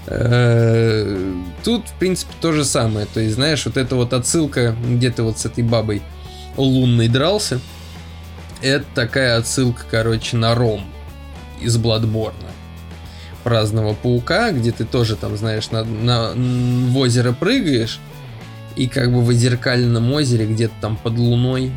Тут, в принципе, то же самое. То есть, знаешь, вот эта вот отсылка, где ты вот с этой бабой лунной дрался, это такая отсылка, короче, на Ром из Бладборна. Праздного паука, где ты тоже там, знаешь, в озеро прыгаешь, и как бы в зеркальном озере, где-то там под луной,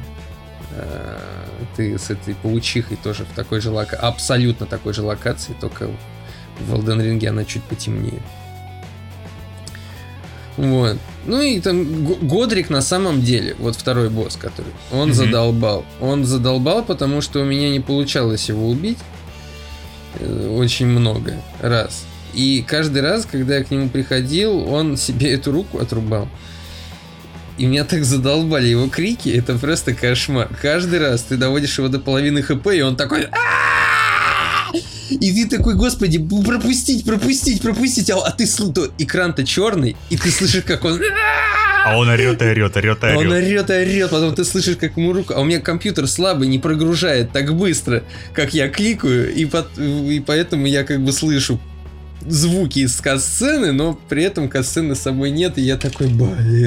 ты с этой паучихой тоже в такой же абсолютно такой же локации, только в Elden Ring она чуть потемнее. Вот. Ну и там Годрик на самом деле, вот второй босс, который, он задолбал. Он задолбал, потому что у меня не получалось его убить очень много раз. И каждый раз, когда я к нему приходил, он себе эту руку отрубал. И меня так задолбали его крики, это просто кошмар. Каждый раз ты доводишь его до половины хп, и он такой... И ты такой, господи, пропустить, а ты экран-то черный, и ты слышишь, как он... А он орет. Он орет, потом ты слышишь, как ему руку... А у меня компьютер слабый, не прогружает так быстро, как я кликаю, и поэтому я как бы слышу звуки из катсцены, но при этом катсцены с собой нет, и я такой, блин...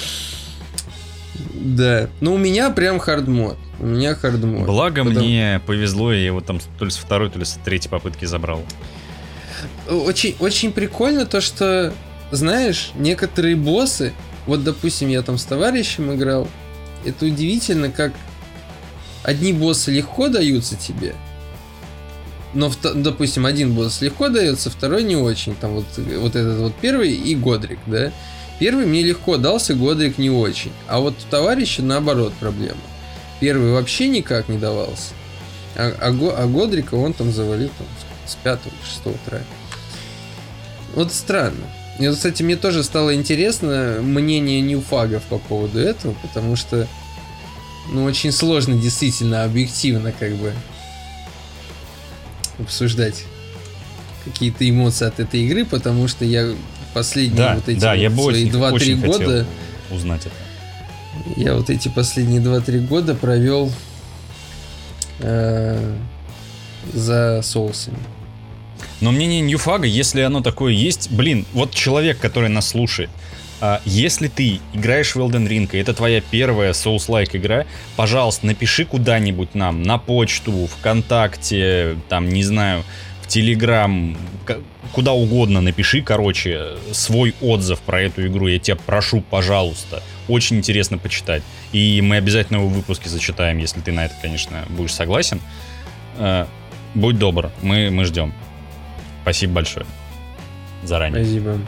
Да, но у меня прям хардмод. Благо мне повезло, я его там то ли с второй, то ли с третьей попытки забрал. Очень, очень прикольно то, что, знаешь, некоторые боссы, вот, допустим, я там с товарищем играл, это удивительно, как одни боссы легко даются тебе, но, допустим, один босс легко дается, второй не очень. Там вот этот вот первый и Годрик, да. Первый мне легко дался, Годрик не очень. А вот у товарища наоборот проблема. Первый вообще никак не давался. А Годрика он там завалил там, с 5-го или 6-го трая. Вот странно. И, кстати, мне тоже стало интересно мнение ньюфагов по поводу этого, потому что, ну, очень сложно действительно объективно как бы обсуждать какие-то эмоции от этой игры, потому что я последние вот эти я вот свои 2-3 года узнать это. Я вот эти последние 2-3 года провел за соусами. Но мнение ньюфага, если оно такое есть, блин, вот человек, который нас слушает, если ты играешь в Elden Ring, и это твоя первая Souls-like игра, пожалуйста, напиши куда-нибудь нам, на почту, ВКонтакте, там, не знаю, в Телеграм, куда угодно напиши, короче, свой отзыв про эту игру, я тебя прошу, пожалуйста. Очень интересно почитать. И мы обязательно его в выпуске зачитаем, если ты на это, конечно, будешь согласен. Будь добр, мы ждем. Спасибо большое. Заранее. Спасибо.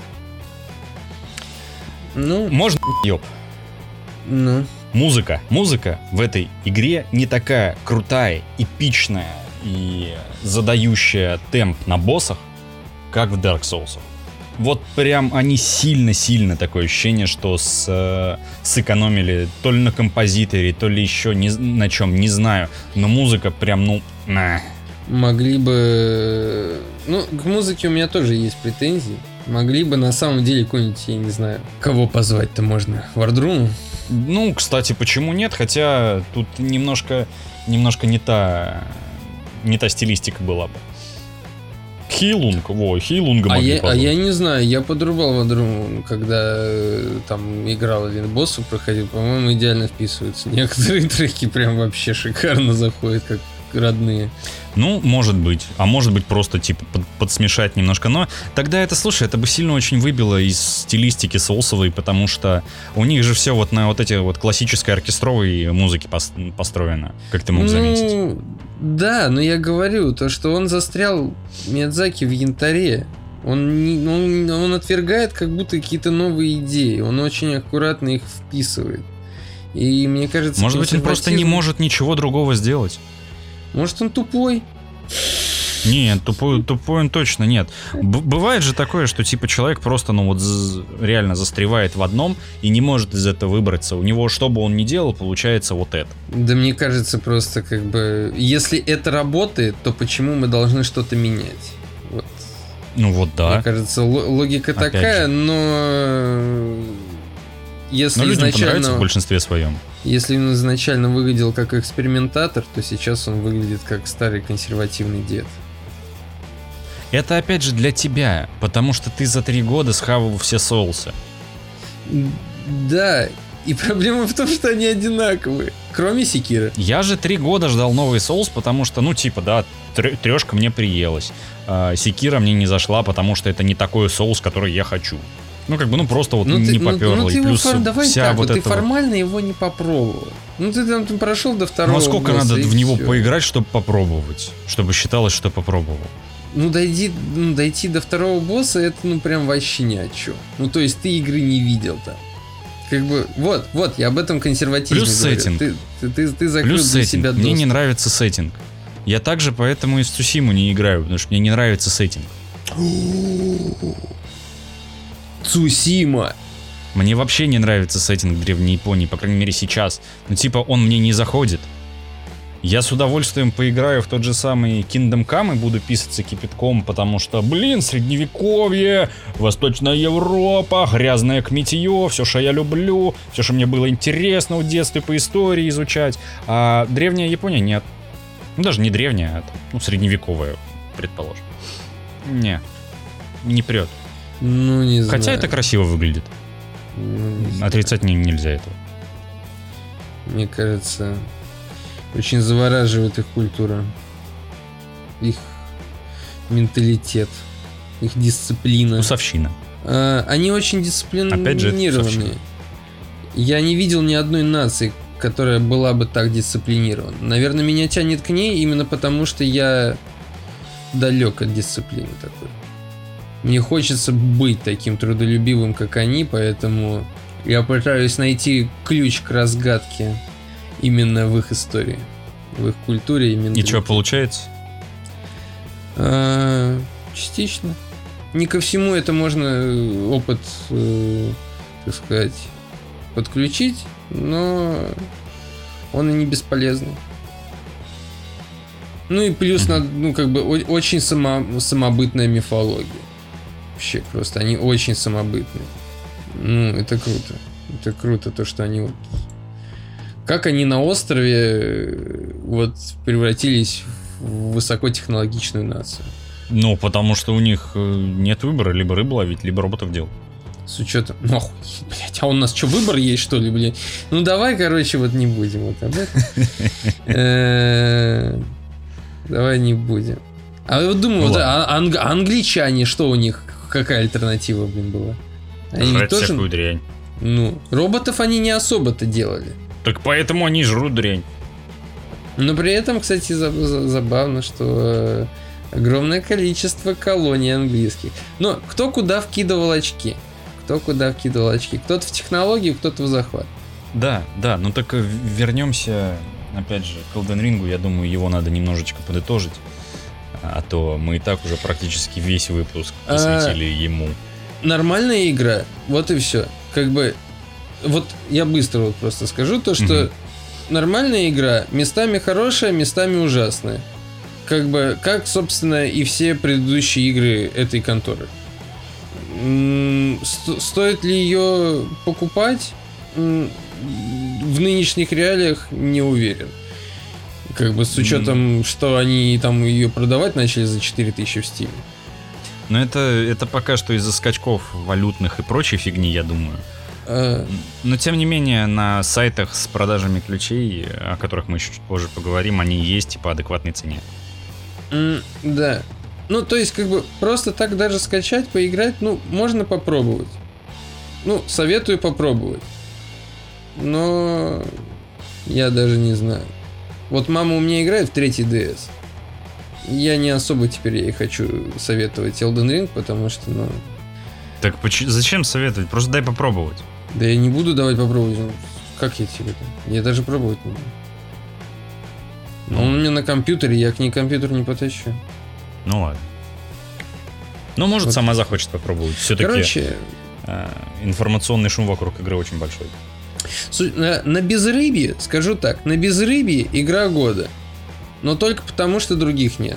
Ну, можно, ёб. Ну. Музыка в этой игре не такая крутая, эпичная и задающая темп на боссах, как в Dark Souls. Вот прям они сильно такое ощущение, что сэкономили то ли на композиторе, то ли еще на чем, не знаю. Но музыка прям, Могли бы... Ну, к музыке у меня тоже есть претензии. Могли бы на самом деле какой-нибудь, я не знаю, кого позвать-то можно? Вардруну? Ну, кстати, почему нет? Хотя тут немножко не та стилистика была бы. Хейлунга могли позвать. А я не знаю, я подрубал Вардруну, когда там играл один босс, проходил, по-моему, идеально вписываются. Некоторые треки прям вообще шикарно заходят, как родные. Ну, может быть. А может быть просто типа подсмешать немножко. Но тогда это бы сильно очень выбило из стилистики соусовой, потому что у них же все вот на вот эти вот классической оркестровой музыке построено. Как ты мог заметить? Да, но я говорю, то, что он застрял, Миядзаки, в янтаре. Он отвергает как будто какие-то новые идеи. Он очень аккуратно их вписывает. И мне кажется... Может быть, он просто не может ничего другого сделать. Может, он тупой? Нет, тупой он точно нет. Бывает же такое, что типа человек просто, реально застревает в одном и не может из этого выбраться. У него, что бы он ни делал, получается вот это. Да мне кажется, просто как бы... Если это работает, то почему мы должны что-то менять? Вот. Ну вот да. Мне кажется, логика опять такая, же. Но... Если людям понравится в большинстве своем. Если он изначально выглядел как экспериментатор, то сейчас он выглядит как старый консервативный дед. Это опять же для тебя, потому что ты за 3 года схавал все соусы. Да, и проблема в том, что они одинаковые, кроме Секира. Я же 3 года ждал новый соус, потому что, трешка мне приелась. Секира мне не зашла, потому что это не такой соус, который я хочу. Просто не поперло. И плюс вся вот ты эта формально его не попробовал. Ты там прошел до второго. Ну а сколько надо в него поиграть, чтобы попробовать? Чтобы считалось, что попробовал? дойти до второго босса, это прям вообще ни о чем. То есть ты игры не видел там. Как бы, я об этом консерватизме плюс говорю. Сеттинг. Ты закрыл Плюс для сеттинг. себя доступ. Мне не нравится сеттинг. Я также поэтому и в Цусиму не играю, потому что мне не нравится сеттинг. Цусима. Мне вообще не нравится сеттинг Древней Японии, по крайней мере сейчас. Он мне не заходит. Я с удовольствием поиграю в тот же самый Kingdom Come и буду писаться кипятком, потому что, средневековье, Восточная Европа, грязное кметье, все, что я люблю, все, что мне было интересно в детстве по истории изучать. А Древняя Япония нет. Даже не древняя, а средневековая, предположим. Не прет. Не знаю. Хотя это красиво выглядит. Отрицать нельзя этого. Мне кажется, очень завораживает их культура, их менталитет, их дисциплина. Вкусовщина. Они очень дисциплинированные. Опять же, это вкусовщина. Я не видел ни одной нации, которая была бы так дисциплинирована. Наверное, меня тянет к ней именно потому, что я далек от дисциплины такой. Мне хочется быть таким трудолюбивым, как они, поэтому я пытаюсь найти ключ к разгадке именно в их истории, в их культуре. И что, получается? Частично. Не ко всему это можно опыт, так сказать, подключить, но он и не бесполезный. И плюс, очень самобытная мифология. Вообще просто, они очень самобытные. Это круто. Это круто, то, что они как они на острове превратились в высокотехнологичную нацию. Потому что у них нет выбора, либо рыбу ловить, либо роботов делать. С учетом... а у нас что, выбор есть, что ли, блядь? Давай, не будем об этом. Давай не будем. А я думаю, англичане, что у них, какая альтернатива, была? Они жрать тоже... всякую дрянь. Роботов они не особо-то делали. Так поэтому они жрут дрянь. Но при этом, кстати, забавно, что огромное количество колоний английских. Но кто куда вкидывал очки? Кто-то в технологию, кто-то в захват. Да, так вернемся, опять же, к Elden Ring. Я думаю, его надо немножечко подытожить. А то мы и так уже практически весь выпуск посвятили ему. Нормальная игра, вот и все. Я быстро просто скажу то, что нормальная игра, местами хорошая, местами ужасная. Как, собственно, и все предыдущие игры этой конторы. Стоит ли ее покупать? В нынешних реалиях не уверен. С учетом, что они там ее продавать начали за 4000 в Steam. Но это пока что из-за скачков валютных и прочей фигни, я думаю. Но тем не менее, на сайтах с продажами ключей, о которых мы еще чуть позже поговорим, они есть по адекватной цене. Да. То есть, просто так даже скачать, поиграть, можно попробовать. Советую попробовать. Но я даже не знаю. Мама у меня играет в 3-й DS. Я не особо теперь ей хочу советовать Elden Ring, потому что, Так зачем советовать? Просто дай попробовать. Да я не буду давать попробовать. Как я тебе это? Я даже пробовать не буду. Он у меня на компьютере, я к ней компьютер не потащу. Ладно. Может, сама захочет попробовать. Все-таки информационный шум вокруг игры очень большой. На безрыбье, скажу так, на безрыбье игра года. Но только потому, что других нет.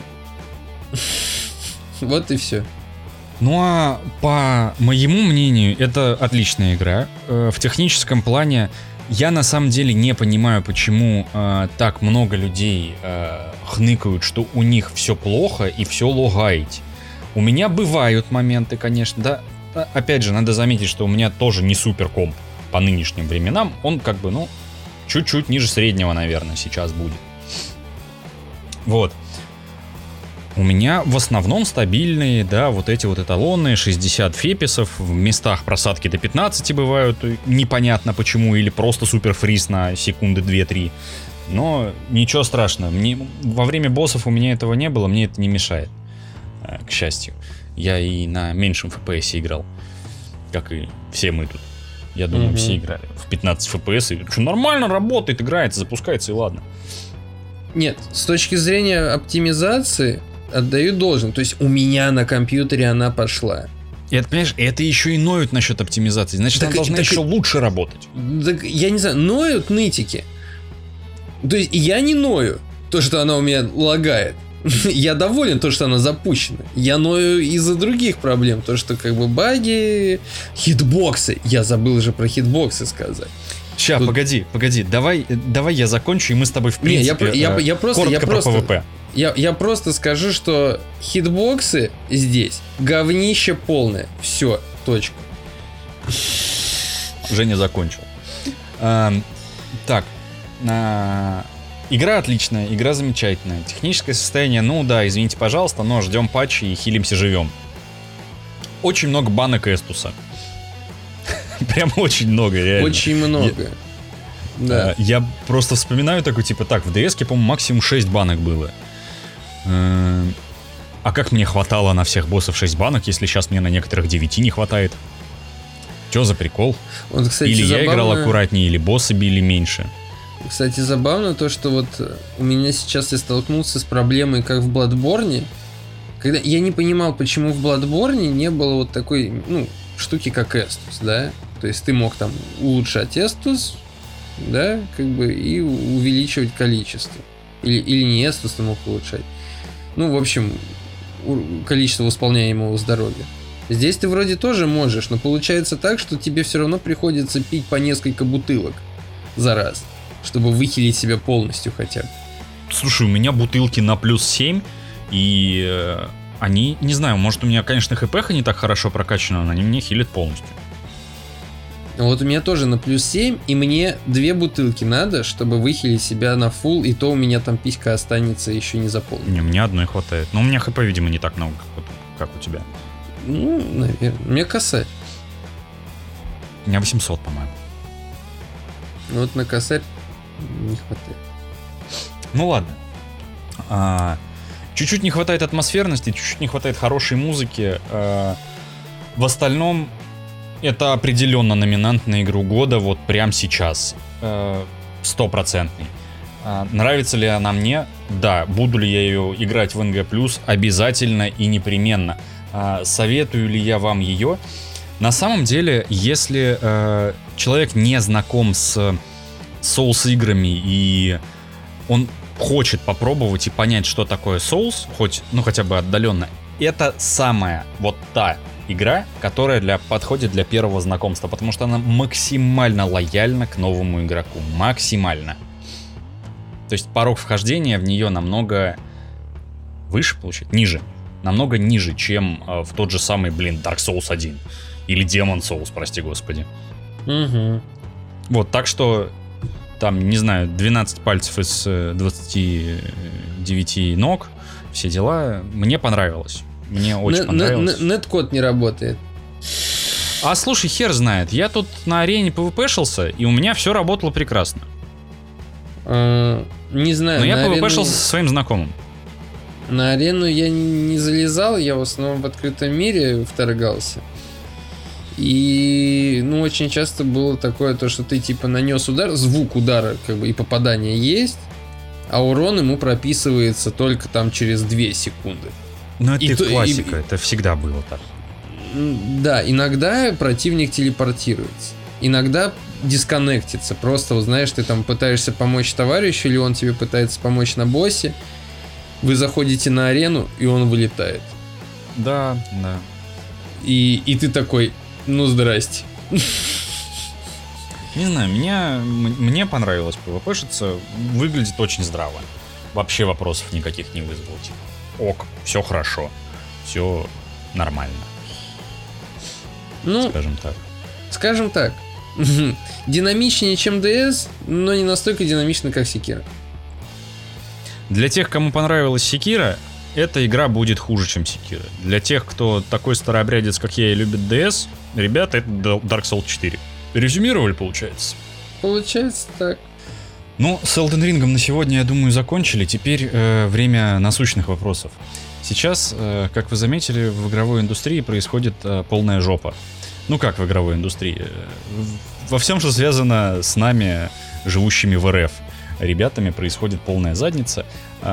Вот и все. А по моему мнению, это отличная игра. В техническом плане я на самом деле не понимаю, почему так много людей хныкают, что у них все плохо и все лагает. У меня бывают моменты, конечно, да. Опять же, надо заметить, что у меня тоже не супер комп по нынешним временам. Он чуть-чуть ниже среднего, наверное, сейчас будет. У меня в основном стабильные, эти эталонные 60 феписов, в местах просадки до 15 бывают, непонятно почему, или просто супер фриз на секунды 2-3. Но ничего страшного, во время боссов у меня этого не было, мне это не мешает. к счастью. Я и на меньшем FPS играл, как и все мы тут. Я думаю, все играли в 15 FPS, и что, нормально работает, играется, запускается, и ладно. Нет, с точки зрения оптимизации отдаю должное. То есть у меня на компьютере она пошла. И это, понимаешь, это еще и ноют насчет оптимизации. Значит, так, она должна еще лучше работать. Так, я не знаю, ноют нытики. То есть я не ною то, что она у меня лагает. Я доволен то, что она запущена. Я ною из-за других проблем. То, что как бы баги, хитбоксы. Я забыл же про хитбоксы сказать. Ща, тут... погоди. Давай я закончу, и мы с тобой в принципе я просто про PvP. Я просто скажу, что хитбоксы здесь говнище полное. Все, точка. Женя закончил. Так. Игра отличная, игра замечательная. Техническое состояние, ну да, извините, пожалуйста, но ждем патчи и хилимся живем. Очень много банок Эстуса. Прям очень много, реально. Очень много. Да. Я просто вспоминаю такой, типа, так, в DS-ке, по-моему, максимум 6 банок было. А как мне хватало на всех боссов 6 банок, если сейчас мне на некоторых 9 не хватает? Чё за прикол? Вот, кстати, или я играл аккуратнее, или боссы били меньше. Кстати, забавно то, что вот у меня сейчас я столкнулся с проблемой, как в Bloodborne, когда я не понимал, почему в Bloodborne не было вот такой, ну, штуки, как Эстус, да? То есть ты мог там улучшать Эстус, да, как бы, и увеличивать количество. Или не Эстус ты мог улучшать. Ну, в общем, количество восполняемого здоровья. Здесь ты вроде тоже можешь, но получается так, что тебе все равно приходится пить по несколько бутылок за раз, чтобы выхилить себя полностью хотя бы. Слушай, у меня бутылки на плюс 7, и они, не знаю, может у меня, конечно, хпха не так хорошо прокачана, но они мне хилят полностью. Вот у меня тоже на плюс 7, и мне 2 бутылки надо, чтобы выхилить себя на фулл, и то у меня там писька останется еще не заполнена. Не, мне одной хватает. Но у меня хп, видимо, не так много, как у тебя. Ну, наверное. У меня косарь. У меня 800, по-моему. Вот на косарь не хватает. Ну ладно. Чуть-чуть не хватает атмосферности, чуть-чуть не хватает хорошей музыки. В остальном это определенно номинант на игру года вот прямо сейчас. 100%. Нравится ли она мне? Да. Буду ли я ее играть в НГ+? Обязательно и непременно. Советую ли я вам ее? На самом деле, если человек не знаком с Souls-играми и он хочет попробовать и понять, что такое Souls, хотя бы отдаленно, это самая вот та игра, которая подходит для первого знакомства, потому что она максимально лояльна к новому игроку. Максимально. То есть порог вхождения в нее намного выше, получается, ниже. Намного ниже, чем в тот же самый, Dark Souls 1. Или Demon Souls, прости господи. Угу. Вот, так что там, не знаю, 12 пальцев из 29 ног, все дела. Мне понравилось. Мне очень понравилось. Неткод не работает. А слушай, хер знает. Я тут на арене PvP-шился, и у меня все работало прекрасно. Не знаю. Но я PvP-шился со своим знакомым. На арену я не залезал, я в основном в открытом мире вторгался. И, очень часто было такое, то, что ты типа нанес удар, звук удара, как бы, и попадание есть, а урон ему прописывается только там через 2 секунды. Ну, это классика, это всегда было так. Да, иногда противник телепортируется, иногда дисконнектится. Просто, знаешь, ты там пытаешься помочь товарищу, или он тебе пытается помочь на боссе, вы заходите на арену, и он вылетает. Да. И ты такой, здрасте. Не знаю, мне понравилось PvP-шиться, выглядит очень здраво. Вообще вопросов никаких не вызвало. Ок, все хорошо, все нормально. Скажем так. Динамичнее, чем DS, но не настолько динамично, как Sekiro. Для тех, кому понравилась Sekiro, эта игра будет хуже, чем Sekiro. Для тех, кто такой старообрядец, как я, и любит DS, ребята, это Dark Souls 4. Резюмировали, получается? Получается так. Ну, с Elden Ring на сегодня, я думаю, закончили. Теперь время насущных вопросов. Сейчас, как вы заметили, в игровой индустрии происходит полная жопа. Ну как в игровой индустрии? Во всем, что связано с нами, живущими в РФ ребятами, происходит полная задница.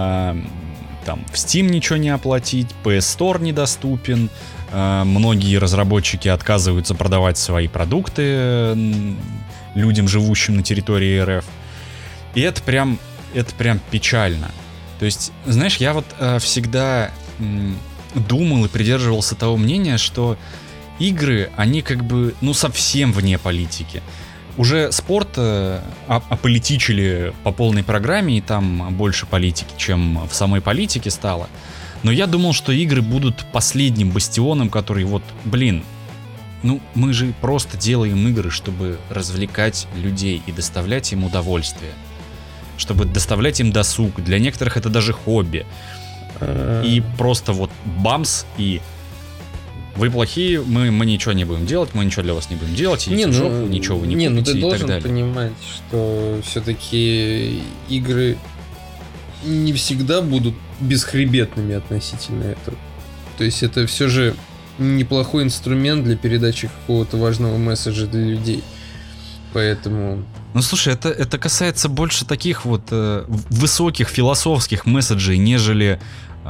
Там в Steam ничего не оплатить, PS Store недоступен, многие разработчики отказываются продавать свои продукты людям, живущим на территории РФ. И это прям печально. То есть, знаешь, я вот всегда думал и придерживался того мнения, что игры, они как бы, ну, совсем вне политики. Уже спорт ополитичили по полной программе, и там больше политики, чем в самой политике стало. Но я думал, что игры будут последним бастионом, который вот, блин, ну мы же просто делаем игры, чтобы развлекать людей и доставлять им удовольствие. Чтобы доставлять им досуг. Для некоторых это даже хобби. И просто вот бамс, и вы плохие, мы ничего не будем делать, мы ничего для вас не будем делать, идите в жопу, ничего вы не купите, ты и должен так далее. понимать, что все-таки игры не всегда будут бесхребетными относительно этого. То есть это все же неплохой инструмент для передачи какого-то важного месседжа для людей. Поэтому... Ну слушай, это касается больше таких вот высоких философских месседжей, нежели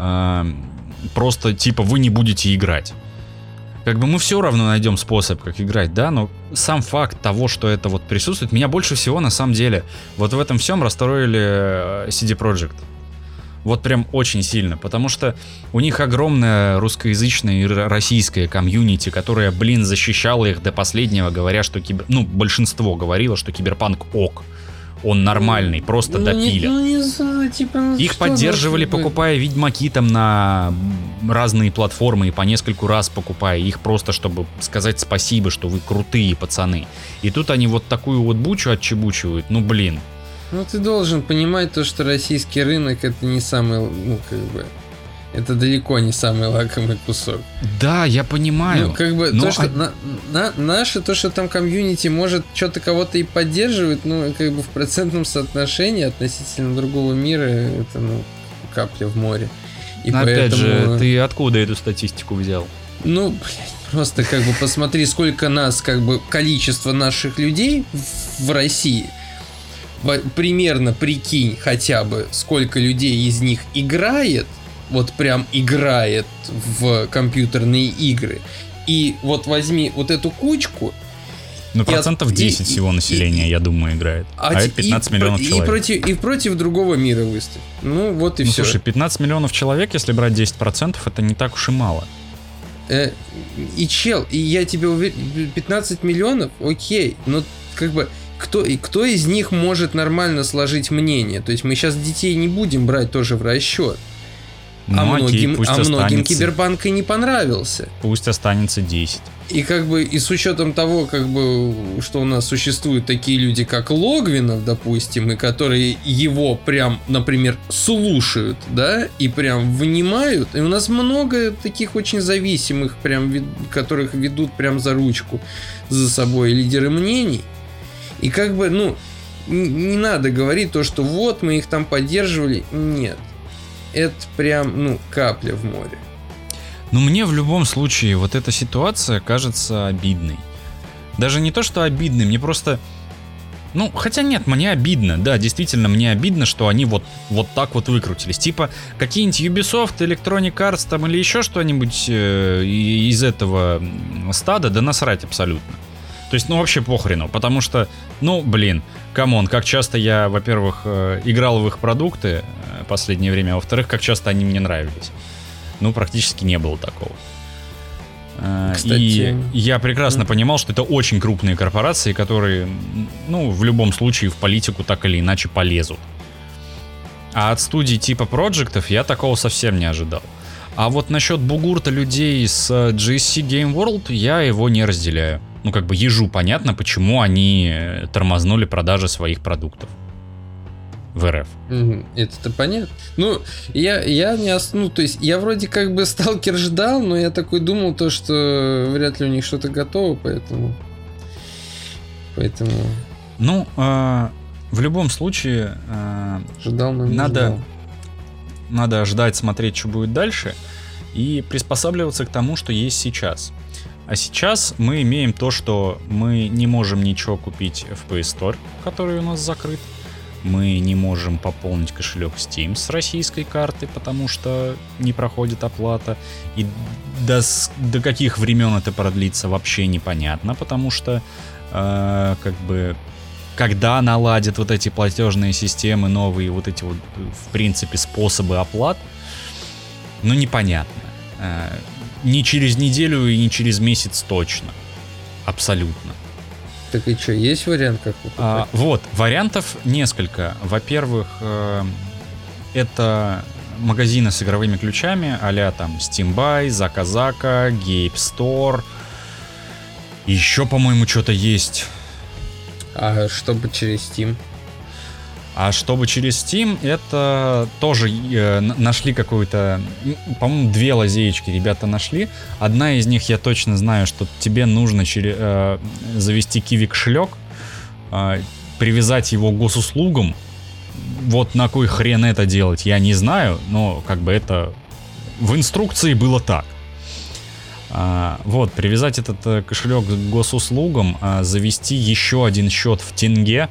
просто типа вы не будете играть. Как бы мы все равно найдем способ, как играть, да, но сам факт того, что это вот присутствует, меня больше всего на самом деле вот в этом всем расстроили CD Projekt. Вот прям очень сильно, потому что у них огромная русскоязычная и российская комьюнити, которая, блин, защищала их до последнего, говоря, что большинство говорило, что Киберпанк ок. Он нормальный, просто допилят. Их поддерживали, покупая Ведьмаки там на разные платформы и по нескольку раз покупая их просто, чтобы сказать спасибо, что вы крутые пацаны. И тут они вот такую вот бучу отчебучивают, ну блин. Ну ты должен понимать то, что российский рынок это не самый, ну как бы, это далеко не самый лакомый кусок. Да, я понимаю. Ну, как бы, то, что наше, то, что там комьюнити может что-то кого-то и поддерживает, ну, как бы в процентном соотношении относительно другого мира, это, ну, капля в море. И но поэтому... опять же, ты откуда эту статистику взял? Ну, блядь, просто как бы посмотри, сколько нас, как бы, количество наших людей в России. Примерно прикинь хотя бы, сколько людей из них играет, вот прям играет в компьютерные игры. И вот возьми вот эту кучку. Ну, процентов 10 всего населения, я думаю, играет. А это 15 миллионов человек. И против другого мира выставь. Ну, вот и все. Слушай, 15 миллионов человек, если брать 10%, это не так уж и мало. И чел, и я тебе уверен, 15 миллионов, окей, но как бы... Кто из них может нормально сложить мнение? То есть мы сейчас детей не будем брать тоже в расчет. Ну, многим Киберпанк и не понравился. Пусть останется 10. И как бы и с учетом того, как бы, что у нас существуют такие люди, как Логвинов, допустим, и которые его прям, например, слушают, да, и прям внимают. И у нас много таких очень зависимых, прям, которых ведут прям за ручку за собой лидеры мнений. И как бы, ну, не надо говорить то, что вот мы их там поддерживали. Нет. Это прям, ну, капля в море. Но мне в любом случае вот эта ситуация кажется обидной. Даже не то, что обидной, мне просто... Ну, хотя нет, мне обидно. Да, действительно, мне обидно, что они вот так вот выкрутились. Типа, какие-нибудь Ubisoft, Electronic Arts там или еще что-нибудь из этого стада, да насрать абсолютно. То есть, ну, вообще похрену, потому что, ну, блин, камон, как часто я, во-первых, играл в их продукты в последнее время, а во-вторых, как часто они мне нравились. Ну, практически не было такого. Кстати... И я прекрасно понимал, что это очень крупные корпорации, которые, ну, в любом случае в политику так или иначе полезут. А от студий типа проектов я такого совсем не ожидал. А вот насчет бугурта людей с GSC Game World я его не разделяю. Ну, как бы ежу понятно, почему они тормознули продажи своих продуктов в РФ. Это-то понятно. Ну, я не... Ну, то есть, я вроде как бы Сталкер ждал, но я такой думал, то, что вряд ли у них что-то готово, поэтому... Ну, в любом случае... ждал, но не надо... ждал. надо ждать, смотреть, что будет дальше, и приспосабливаться к тому, что есть сейчас. А сейчас мы имеем то, что мы не можем ничего купить в Play Store, который у нас закрыт. Мы не можем пополнить кошелек Steam с российской карты, потому что не проходит оплата. И до каких времен это продлится, вообще непонятно, потому что когда наладят вот эти платежные системы новые, вот эти вот, в принципе, способы оплат, непонятно. Ни через неделю и не через месяц точно. Абсолютно. Так и что, есть вариант, как покупать? Вот, вариантов несколько. Во-первых, это магазины с игровыми ключами, а-ля там Steam Buy, Заказака, Game Store. Еще, по-моему, что-то есть. А чтобы через Steam? А чтобы через Steam, это тоже нашли какую-то... По-моему, 2 лазеечки ребята нашли. Одна из них, я точно знаю, что тебе нужно завести Kiwi кошелек, привязать его к госуслугам. Вот на кой хрен это делать, я не знаю, но это в инструкции было так. Вот, привязать этот кошелек к госуслугам, завести еще один счет в тенге,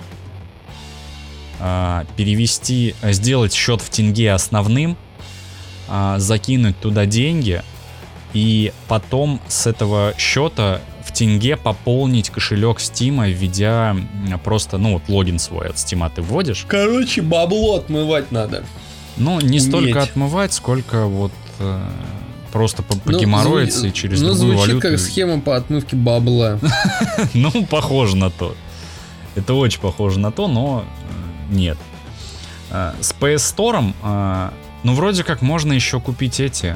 перевести, сделать счет в тенге основным, закинуть туда деньги и потом с этого счета в тенге пополнить кошелек Steam, введя просто, логин свой от Steam ты вводишь. Короче, бабло отмывать надо. Не столько отмывать, сколько просто погеморроиться и через другую валюту. Звучит как схема по отмывке бабла. Похоже на то. Это очень похоже на то, но нет. С PS Store, вроде как можно еще купить эти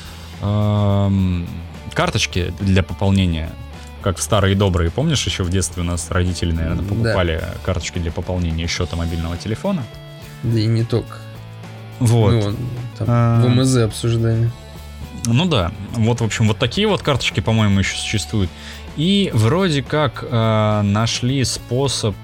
карточки для пополнения. Как в старые добрые. Помнишь, еще в детстве у нас родители, наверное, покупали карточки для пополнения счета мобильного телефона? Да и не только. Вот. Там ВМЗ обсуждали. Да. Вот, в общем, вот такие вот карточки, по-моему, еще существуют. И вроде как нашли способ,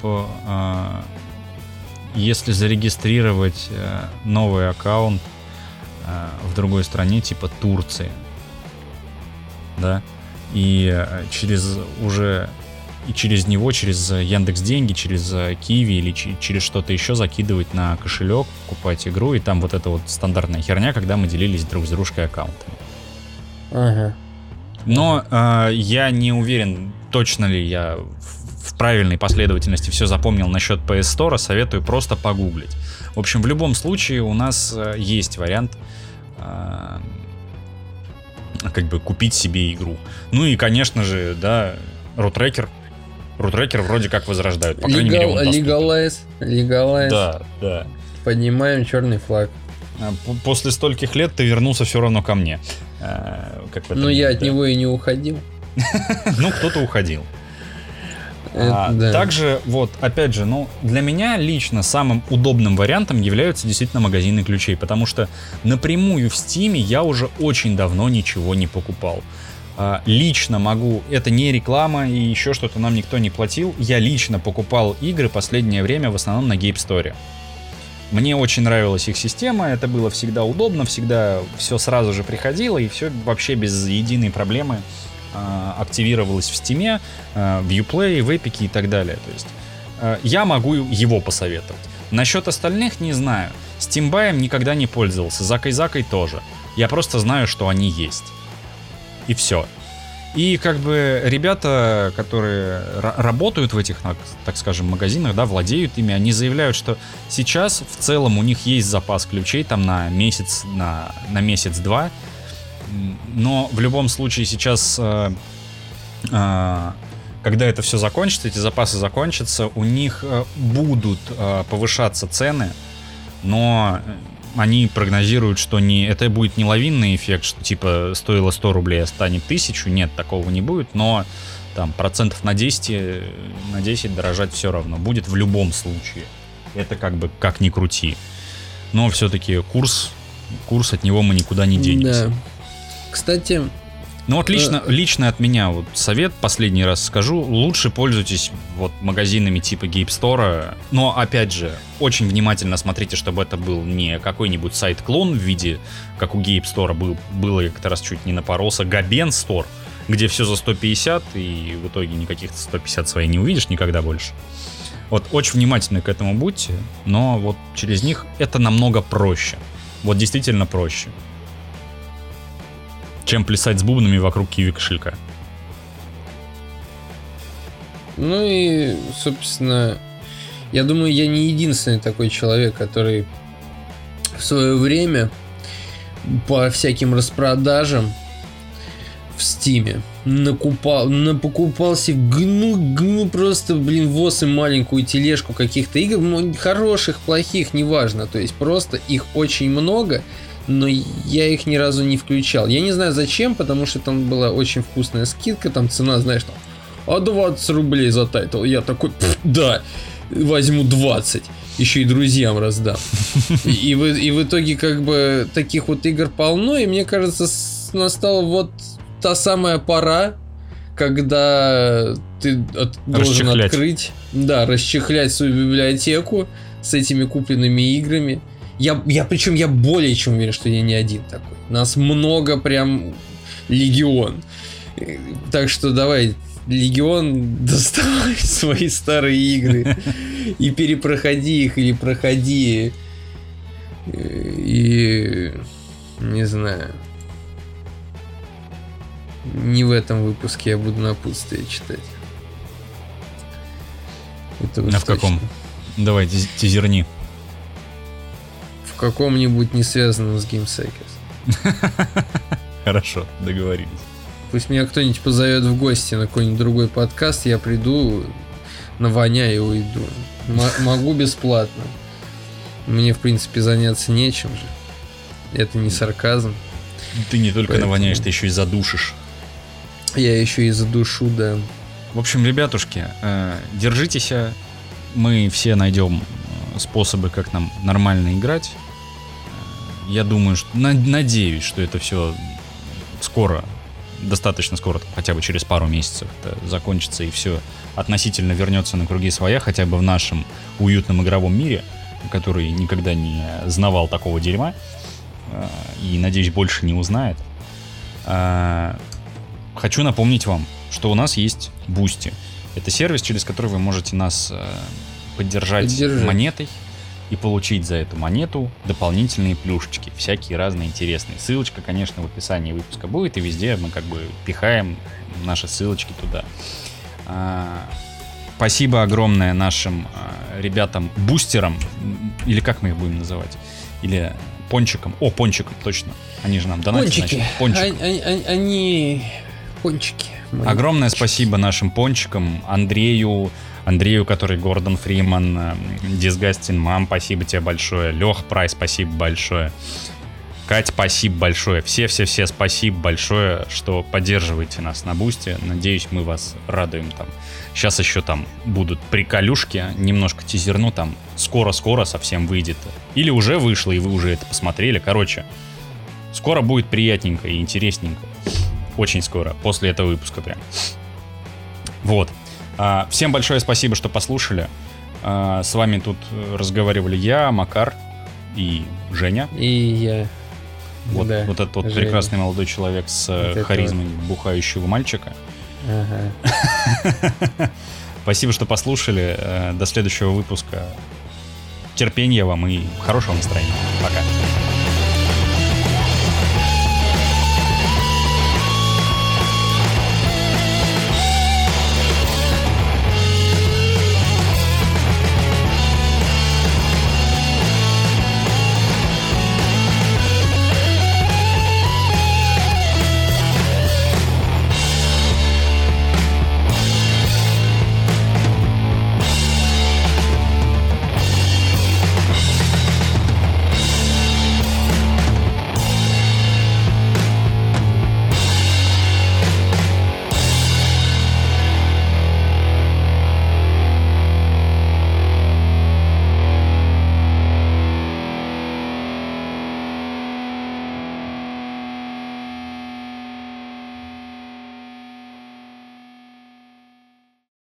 если зарегистрировать новый аккаунт в другой стране, типа Турции, да, и через него, через Яндекс.Деньги, через Киви или через что-то еще закидывать на кошелек, покупать игру, и там вот эта вот стандартная херня, когда мы делились друг с дружкой аккаунтами. Ага. Но я не уверен, точно ли я в правильной последовательности все запомнил насчет PS Store, советую просто погуглить. В общем, в любом случае у нас есть вариант купить себе игру. И, конечно же, да, Рутрекер вроде как возрождают. По крайней мере, он доступен. Legalize. Да. Поднимаем черный флаг. После стольких лет ты вернулся все равно ко мне. Я от него и не уходил. Кто-то уходил. Также, опять же, для меня лично самым удобным вариантом являются действительно магазины ключей, потому что напрямую в Steam я уже очень давно ничего не покупал. Лично могу, это не реклама и еще что-то нам никто не платил, я лично покупал игры последнее время в основном на Game Store. Мне очень нравилась их система, это было всегда удобно, всегда все сразу же приходило и все вообще без единой проблемы активировалось в Steam, в Uplay, в Epic и так далее. То есть я могу его посоветовать. Насчет остальных не знаю. Steam Buy никогда не пользовался, Закой тоже. Я просто знаю, что они есть. И все. И ребята, которые работают в этих, так скажем, магазинах, да, владеют ими, они заявляют, что сейчас в целом у них есть запас ключей там на месяц, на месяц-два. Но в любом случае сейчас, когда это все закончится, эти запасы закончатся, у них будут повышаться цены, но они прогнозируют, что это будет не лавинный эффект, что типа стоило 100 рублей, а станет 1000. Нет, такого не будет, но там процентов на 10 дорожать все равно будет в любом случае. Это как ни крути. Но все-таки курс от него мы никуда не денемся. Да. Кстати, Ну вот лично от меня вот совет, последний раз скажу, лучше пользуйтесь вот магазинами типа Gabe Store, но опять же, очень внимательно смотрите, чтобы это был не какой-нибудь сайт-клон в виде, как у Gabe Store было, я как-то раз чуть не напоролся, Gaben Store, где все за 150, и в итоге никаких 150 своих не увидишь никогда больше. Вот очень внимательны к этому будьте, но вот через них это намного проще. Вот действительно проще, чем плясать с бубнами вокруг Kiwi кошелька. Ну и, собственно, я думаю, я не единственный такой человек, который в свое время по всяким распродажам в Стиме напокупался просто, воз и маленькую тележку каких-то игр, хороших, плохих, неважно, то есть просто их очень много, но я их ни разу не включал. Я не знаю зачем, потому что там была очень вкусная скидка, там цена, знаешь, там, 20 рублей за тайтл. Я такой, да, возьму 20, еще и друзьям раздам. И в итоге как бы таких вот игр полно, и мне кажется, настала вот та самая пора, когда ты должен открыть, расчехлять свою библиотеку с этими купленными играми. Я более чем уверен, что я не один такой. Нас много, прям легион. Так что давай, легион, доставай свои старые игры и перепроходи их, или проходи. И не знаю. Не в этом выпуске я буду напутствие читать. Это в каком? Давай, тизерни. В каком-нибудь не связанном с GameSackers. Хорошо, договорились. Пусть меня кто-нибудь позовет в гости на какой-нибудь другой подкаст, я приду, навоняю и уйду. Могу бесплатно. Мне, в принципе, заняться нечем же. Это не сарказм. Ты не только навоняешь, ты еще и задушишь. Я еще и задушу, да. В общем, ребятушки, держитесь. Мы все найдем способы, как нам нормально играть. Я думаю, что надеюсь, что это все скоро, достаточно скоро, хотя бы через пару месяцев это закончится и все относительно вернется на круги своя, хотя бы в нашем уютном игровом мире, который никогда не знавал такого дерьма и, надеюсь, больше не узнает. Хочу напомнить вам, что у нас есть Boosty. Это сервис, через который вы можете нас поддержать монетой и получить за эту монету дополнительные плюшечки, всякие разные интересные. Ссылочка, конечно, в описании выпуска будет, и везде мы как бы пихаем наши ссылочки туда. Спасибо огромное нашим ребятам-бустерам, или как мы их будем называть? Или пончикам. О, пончикам, точно. Они же нам донатят. Пончики. Они пончики. Огромное спасибо нашим пончикам. Андрею, который Гордон Фриман, Disgusting Mom, спасибо тебе большое. Лех Прайс, спасибо большое. Кать, спасибо большое. Все спасибо большое, что поддерживаете нас на Бусти. Надеюсь, мы вас радуем там. Сейчас еще там будут приколюшки. Немножко тизерну там. Скоро совсем выйдет. Или уже вышло, и вы уже это посмотрели. Короче, скоро будет приятненько и интересненько. Очень скоро, после этого выпуска прям. Вот. Всем большое спасибо, что послушали. С вами тут разговаривали я, Макар и Женя. И я. Вот, да, вот этот вот Женя. Прекрасный молодой человек с вот харизмой бухающего мальчика. Ага. Спасибо, что послушали. До следующего выпуска. Терпения вам и хорошего настроения. Пока.